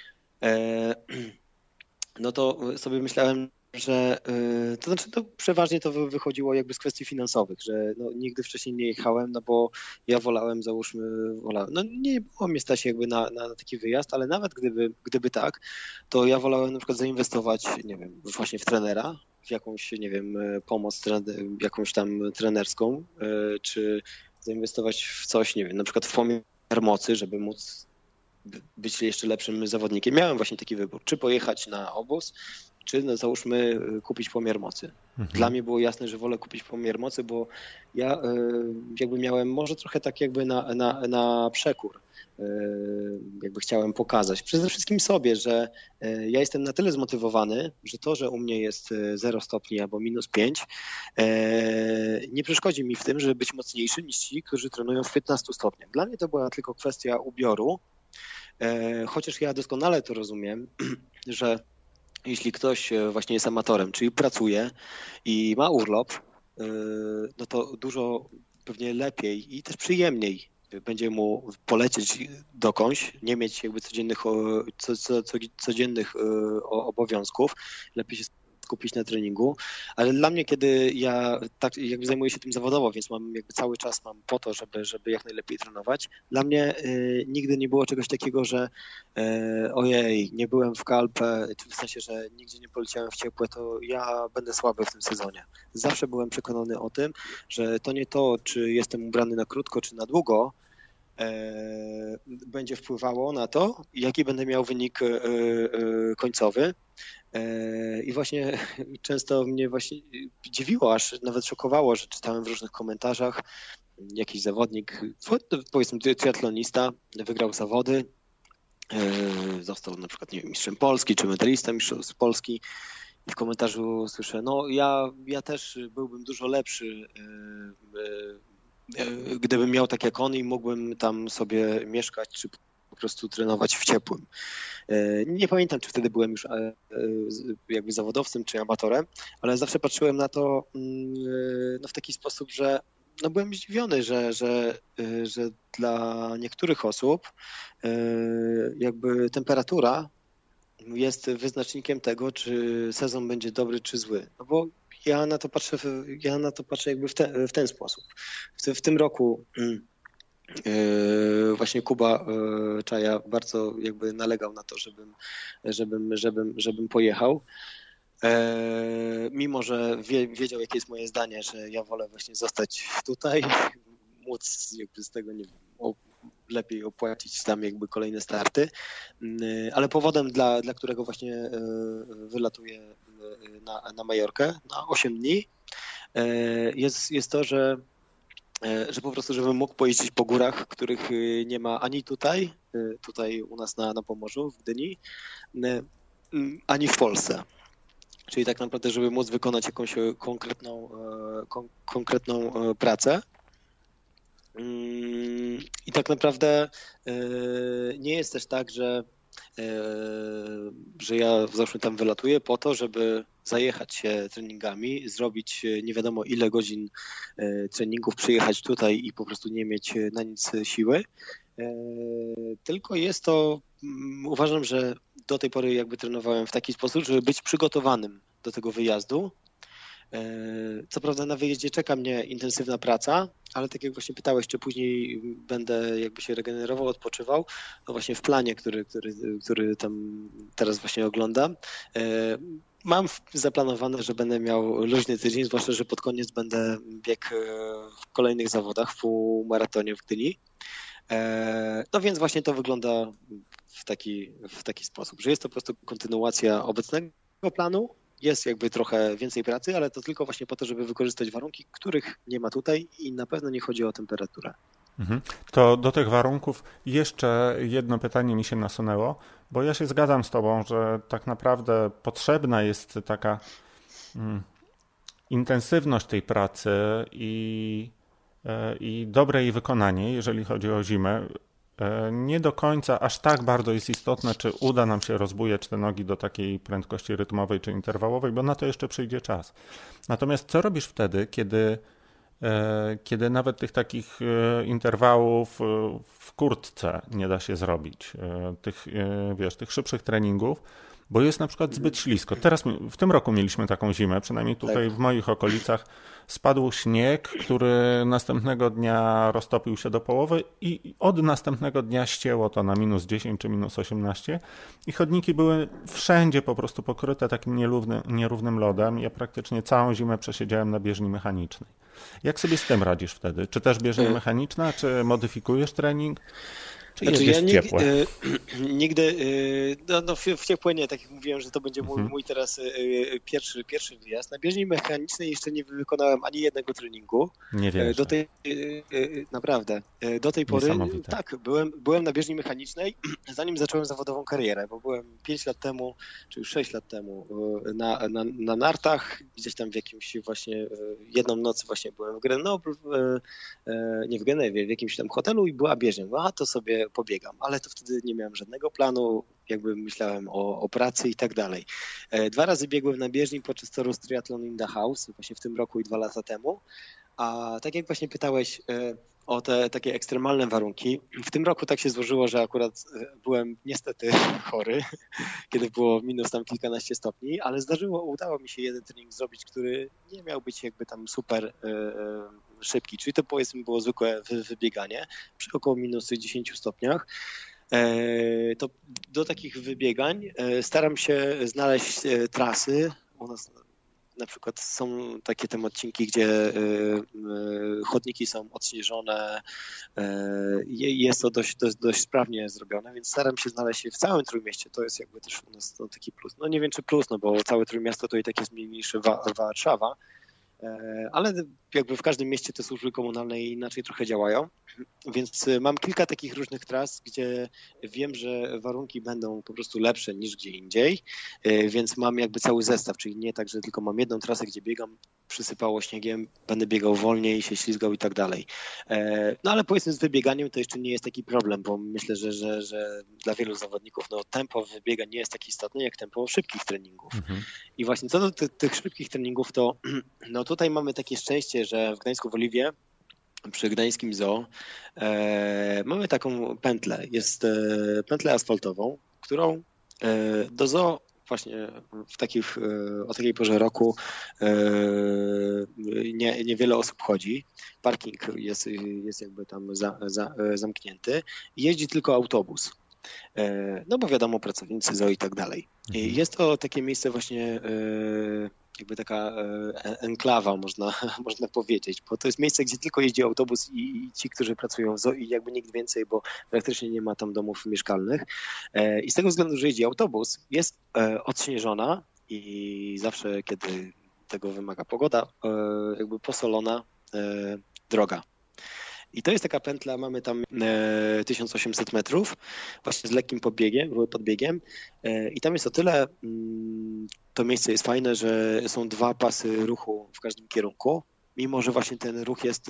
no to sobie myślałem, że to znaczy to przeważnie to wychodziło jakby z kwestii finansowych, że no, nigdy wcześniej nie jechałem, no bo ja wolałem, załóżmy, wolałem, no nie było mnie stać jakby na, na taki wyjazd, ale nawet gdyby, gdyby tak, to ja wolałem na przykład zainwestować, nie wiem, właśnie w trenera, w jakąś, nie wiem, pomoc jakąś tam trenerską, czy zainwestować w coś, nie wiem, na przykład w pomiar mocy, żeby móc być jeszcze lepszym zawodnikiem. Miałem właśnie taki wybór, czy pojechać na obóz, czy no, załóżmy kupić pomiar mocy. Mhm. Dla mnie było jasne, że wolę kupić pomiar mocy, bo ja jakby miałem może trochę tak jakby na, na, na przekór. Jakby chciałem pokazać przede wszystkim sobie, że ja jestem na tyle zmotywowany, że to, że u mnie jest zero stopni albo minus pięć, nie przeszkodzi mi w tym, żeby być mocniejszy niż ci, którzy trenują w piętnastu stopniach. Dla mnie to była tylko kwestia ubioru, chociaż ja doskonale to rozumiem, że jeśli ktoś właśnie jest amatorem, czyli pracuje i ma urlop, no to dużo pewnie lepiej i też przyjemniej będzie mu polecieć dokądś, nie mieć jakby codziennych, co, co, co, codziennych obowiązków. Lepiej się skupić na treningu, ale dla mnie, kiedy ja tak jakby zajmuję się tym zawodowo, więc mam jakby cały czas mam po to, żeby, żeby jak najlepiej trenować, dla mnie y, nigdy nie było czegoś takiego, że y, ojej, nie byłem w Kalpę, w sensie, że nigdzie nie poleciałem w ciepłe, to ja będę słaby w tym sezonie. Zawsze byłem przekonany o tym, że to nie to, czy jestem ubrany na krótko, czy na długo, będzie wpływało na to, jaki będę miał wynik końcowy. I właśnie często mnie właśnie dziwiło, aż nawet szokowało, że czytałem w różnych komentarzach, jakiś zawodnik, powiedzmy triatlonista, wygrał zawody, został na przykład nie wiem, mistrzem Polski, czy medalista mistrzostw Polski. I w komentarzu słyszę, no ja, ja też byłbym dużo lepszy, gdybym miał tak jak on i mógłbym tam sobie mieszkać, czy po prostu trenować w ciepłym. Nie pamiętam, czy wtedy byłem już jakby zawodowcem, czy amatorem, ale zawsze patrzyłem na to no, w taki sposób, że no, byłem zdziwiony, że, że, że dla niektórych osób jakby temperatura jest wyznacznikiem tego, czy sezon będzie dobry, czy zły. No bo ja na to patrzę, ja na to patrzę jakby w, te, w ten sposób. W, w tym roku yy, właśnie Kuba yy, Czaja bardzo jakby nalegał na to, żebym, żebym, żebym, żebym pojechał. Yy, mimo, że wie, wiedział, jakie jest moje zdanie, że ja wolę właśnie zostać tutaj, móc jakby z tego, nie wiem, o, lepiej opłacić tam jakby kolejne starty, ale powodem, dla, dla którego właśnie wylatuję na, na Majorkę na osiem dni jest, jest to, że, że po prostu, żebym mógł pojeździć po górach, których nie ma ani tutaj, tutaj u nas na, na Pomorzu, w Gdyni, ani w Polsce. Czyli tak naprawdę, żeby móc wykonać jakąś konkretną, kon, konkretną pracę. I tak naprawdę nie jest też tak, że, że ja załóżmy tam wylatuję po to, żeby zajechać się treningami, zrobić nie wiadomo ile godzin treningów, przyjechać tutaj i po prostu nie mieć na nic siły. Tylko jest to, uważam, że do tej pory jakby trenowałem w taki sposób, żeby być przygotowanym do tego wyjazdu. Co prawda na wyjeździe czeka mnie intensywna praca, ale tak jak właśnie pytałeś, czy później będę jakby się regenerował, odpoczywał, no właśnie w planie, który, który, który tam teraz właśnie oglądam, mam zaplanowane, że będę miał luźny tydzień, zwłaszcza, że pod koniec będę biegł w kolejnych zawodach w półmaratonie w Gdyni. No więc właśnie to wygląda w taki, w taki sposób, że jest to po prostu kontynuacja obecnego planu. Jest jakby trochę więcej pracy, ale to tylko właśnie po to, żeby wykorzystać warunki, których nie ma tutaj i na pewno nie chodzi o temperaturę. Mhm. To do tych warunków jeszcze jedno pytanie mi się nasunęło, bo ja się zgadzam z tobą, że tak naprawdę potrzebna jest taka mm, intensywność tej pracy i, i dobre jej wykonanie, jeżeli chodzi o zimę. Nie do końca aż tak bardzo jest istotne, czy uda nam się rozbujać te nogi do takiej prędkości rytmowej czy interwałowej, bo na to jeszcze przyjdzie czas. Natomiast co robisz wtedy, kiedy, kiedy nawet tych takich interwałów w kurtce nie da się zrobić, tych, wiesz, tych szybszych treningów, bo jest na przykład zbyt ślisko. Teraz w tym roku mieliśmy taką zimę, przynajmniej tutaj w moich okolicach spadł śnieg, który następnego dnia roztopił się do połowy i od następnego dnia ścięło to na minus dziesięć czy minus osiemnaście i chodniki były wszędzie po prostu pokryte takim nierównym, nierównym lodem. Ja praktycznie całą zimę przesiedziałem na bieżni mechanicznej. Jak sobie z tym radzisz wtedy? Czy też bieżnia mechaniczna, czy modyfikujesz trening? Czy znaczy, jedziesz ja nig- ciepłe? y, nigdy, y, no, no w, w ciepłe nie, tak jak mówiłem, że to będzie mój, Mhm. mój teraz y, pierwszy, pierwszy wyjazd. Na bieżni mechanicznej jeszcze nie wykonałem ani jednego treningu. Nie Y, wierzę. Do tej, y, y, naprawdę, y, do tej pory Niesamowite. tak, byłem, byłem na bieżni mechanicznej, zanim zacząłem zawodową karierę, bo byłem pięć lat temu, czy już sześć lat temu y, na, na, na nartach, gdzieś tam w jakimś właśnie, y, jedną noc właśnie byłem w Grenoble, y, y, nie w Genewie, w jakimś tam hotelu i była bieżnia. A to sobie pobiegam, ale to wtedy nie miałem żadnego planu, jakby myślałem o, o pracy i tak dalej. Dwa razy biegłem na bieżni podczas toru Triathlon in the House, właśnie w tym roku i dwa lata temu. A tak jak właśnie pytałeś, o te takie ekstremalne warunki. W tym roku tak się złożyło, że akurat byłem niestety chory, kiedy było minus tam kilkanaście stopni, ale zdarzyło, udało mi się jeden trening zrobić, który nie miał być jakby tam super szybki, czyli to powiedzmy było zwykłe wybieganie przy około minus dziesięciu stopniach. To do takich wybiegań staram się znaleźć trasy. U nas na przykład są takie tam odcinki, gdzie chodniki są odśnieżone, jest to dość, dość, dość sprawnie zrobione, więc staram się znaleźć w całym Trójmieście, to jest jakby też u nas no, taki plus. No nie wiem czy plus, no bo całe Trójmiasto to i tak jest mniej niż Warszawa, ale jakby w każdym mieście te służby komunalne inaczej trochę działają, więc mam kilka takich różnych tras, gdzie wiem, że warunki będą po prostu lepsze niż gdzie indziej, więc mam jakby cały zestaw, czyli nie tak, że tylko mam jedną trasę, gdzie biegam, przysypało śniegiem, będę biegał wolniej, się ślizgał i tak dalej. No ale powiedzmy z wybieganiem to jeszcze nie jest taki problem, bo myślę, że, że, że dla wielu zawodników no, tempo wybiegań nie jest tak istotne jak tempo szybkich treningów. Mhm. I właśnie co do ty, tych szybkich treningów, to no tutaj mamy takie szczęście, że w Gdańsku w Oliwie przy Gdańskim Zoo e, mamy taką pętlę. Jest e, pętlę asfaltową, którą e, do zoo właśnie w takich, e, o takiej porze roku e, nie, niewiele osób chodzi. Parking jest, jest jakby tam za, za, zamknięty. Jeździ tylko autobus. E, no bo wiadomo, pracownicy zoo i tak dalej. I jest to takie miejsce właśnie e, jakby taka enklawa, można, można powiedzieć, bo to jest miejsce, gdzie tylko jeździ autobus i, i ci, którzy pracują w zoo i jakby nikt więcej, bo praktycznie nie ma tam domów mieszkalnych. I z tego względu, że jeździ autobus, jest odśnieżona i zawsze, kiedy tego wymaga pogoda, jakby posolona droga. I to jest taka pętla, mamy tam tysiąc osiemset metrów, właśnie z lekkim podbiegiem, podbiegiem. I tam jest o tyle, to miejsce jest fajne, że są dwa pasy ruchu w każdym kierunku, mimo że właśnie ten ruch jest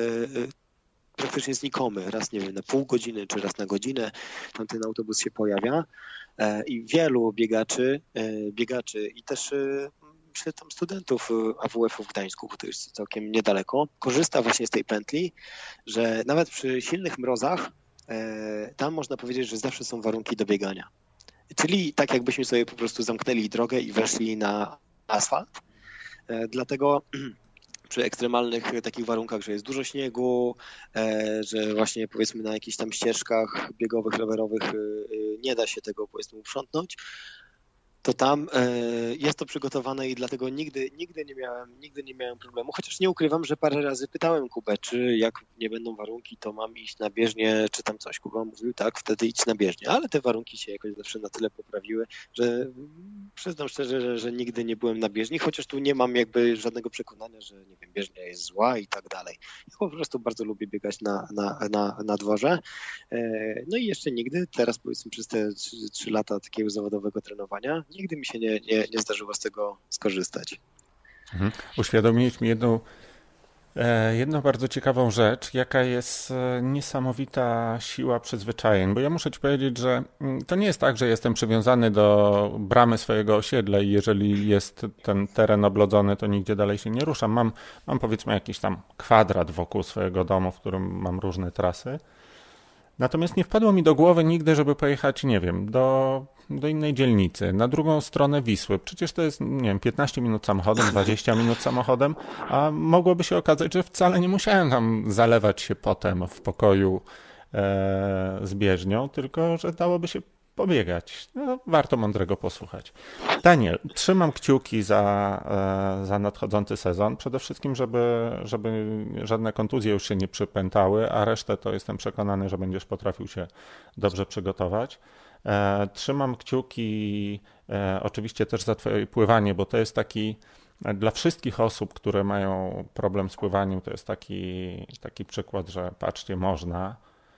praktycznie znikomy. Raz, nie wiem, na pół godziny czy raz na godzinę tam ten autobus się pojawia i wielu biegaczy, biegaczy i też tam studentów A W F-u w Gdańsku, to jest całkiem niedaleko, korzysta właśnie z tej pętli, że nawet przy silnych mrozach tam można powiedzieć, że zawsze są warunki do biegania. Czyli tak jakbyśmy sobie po prostu zamknęli drogę i weszli na asfalt. Dlatego przy ekstremalnych takich warunkach, że jest dużo śniegu, że właśnie powiedzmy na jakichś tam ścieżkach biegowych, rowerowych nie da się tego powiedzmy uprzątnąć, to tam jest to przygotowane i dlatego nigdy, nigdy nie miałem, nigdy nie miałem problemu, chociaż nie ukrywam, że parę razy pytałem Kubę, czy jak nie będą warunki, to mam iść na bieżnię, czy tam coś. Kuba mówił, tak, wtedy idź na bieżnię, ale te warunki się jakoś zawsze na tyle poprawiły, że przyznam szczerze, że, że nigdy nie byłem na bieżni, chociaż tu nie mam jakby żadnego przekonania, że nie wiem, bieżnia jest zła i tak dalej. Ja po prostu bardzo lubię biegać na, na, na, na dworze. No i jeszcze nigdy, teraz powiedzmy przez te trzy lata takiego zawodowego trenowania, nigdy mi się nie, nie, nie zdarzyło z tego skorzystać. Mhm. Uświadomiłeś mi jedną, jedną bardzo ciekawą rzecz, jaka jest niesamowita siła przyzwyczajeń, bo ja muszę ci powiedzieć, że to nie jest tak, że jestem przywiązany do bramy swojego osiedla i jeżeli jest ten teren oblodzony, to nigdzie dalej się nie ruszam. Mam, mam powiedzmy jakiś tam kwadrat wokół swojego domu, w którym mam różne trasy. Natomiast nie wpadło mi do głowy nigdy, żeby pojechać, nie wiem, do, do innej dzielnicy, na drugą stronę Wisły. Przecież to jest, nie wiem, piętnaście minut samochodem, dwadzieścia minut samochodem, a mogłoby się okazać, że wcale nie musiałem tam zalewać się potem w pokoju e, z bieżnią, tylko że dałoby się pobiegać. No, warto mądrego posłuchać. Daniel, trzymam kciuki za, za nadchodzący sezon. Przede wszystkim, żeby, żeby żadne kontuzje już się nie przypętały, a resztę to jestem przekonany, że będziesz potrafił się dobrze przygotować. Trzymam kciuki oczywiście też za twoje pływanie, bo to jest taki dla wszystkich osób, które mają problem z pływaniem, to jest taki, taki przykład, że patrzcie, można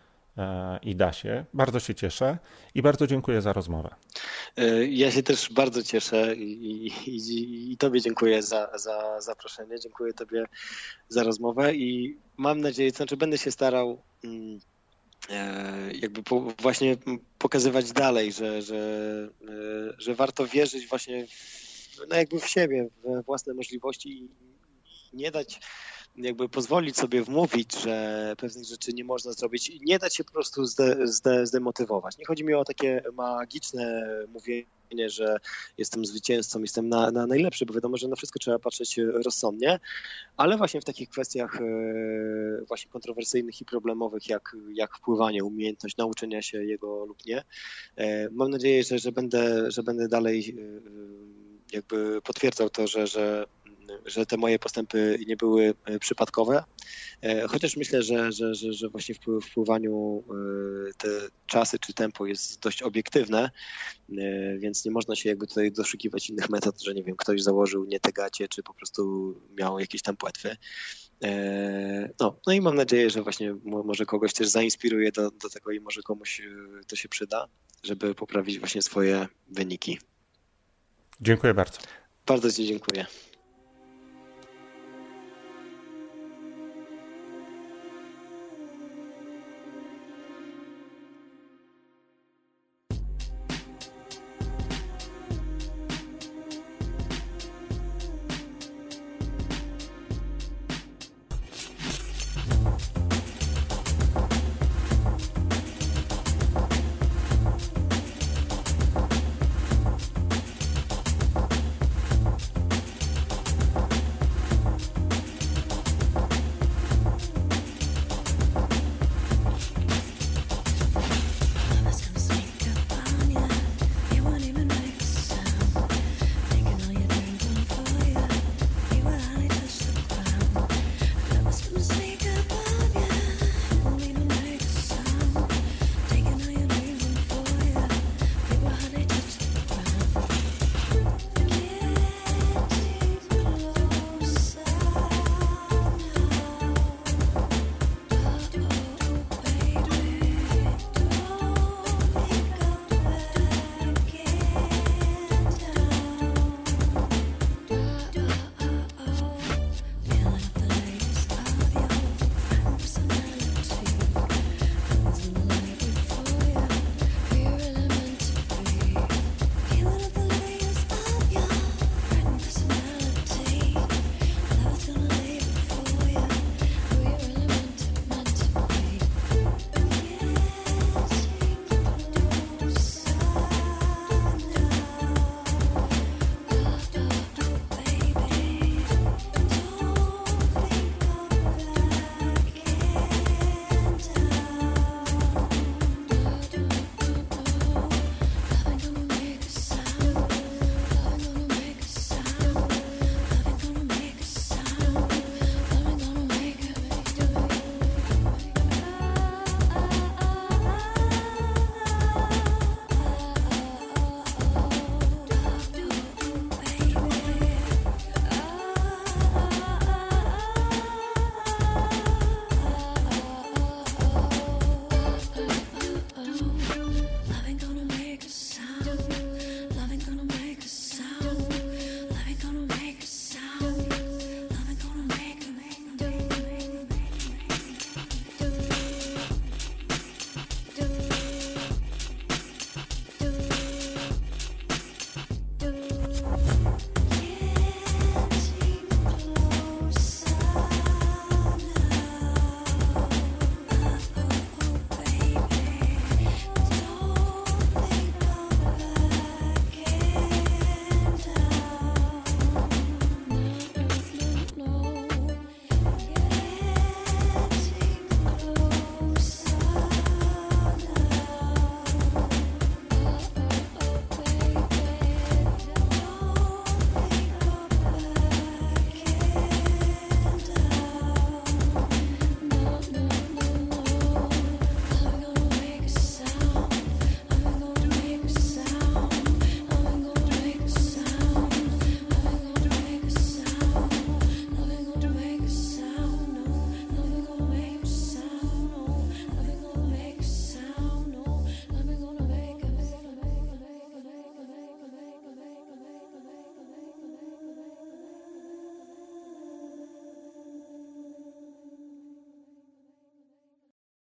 i da się. Bardzo się cieszę i bardzo dziękuję za rozmowę. Ja się też bardzo cieszę i, i, i Tobie dziękuję za, za zaproszenie, dziękuję Tobie za rozmowę i mam nadzieję, to znaczy będę się starał jakby po, właśnie pokazywać dalej, że, że, że warto wierzyć właśnie w, no jakby w siebie, we własne możliwości i nie dać jakby pozwolić sobie wmówić, że pewnych rzeczy nie można zrobić i nie dać się po prostu zde, zde, zdemotywować. Nie chodzi mi o takie magiczne mówienie, że jestem zwycięzcą, jestem na, na najlepszy, bo wiadomo, że na wszystko trzeba patrzeć rozsądnie, ale właśnie w takich kwestiach właśnie kontrowersyjnych i problemowych, jak, jak wpływanie, umiejętność nauczenia się jego lub nie. Mam nadzieję, że, że, będę, że będę dalej jakby potwierdzał to, że, że że te moje postępy nie były przypadkowe, chociaż myślę, że, że, że, że właśnie w pływaniu te czasy czy tempo jest dość obiektywne, więc nie można się jakby tutaj doszukiwać innych metod, że nie wiem, ktoś założył nie te gacie, czy po prostu miał jakieś tam płetwy. No, no i mam nadzieję, że właśnie może kogoś też zainspiruje do, do tego i może komuś to się przyda, żeby poprawić właśnie swoje wyniki. Dziękuję bardzo. Bardzo Ci dziękuję.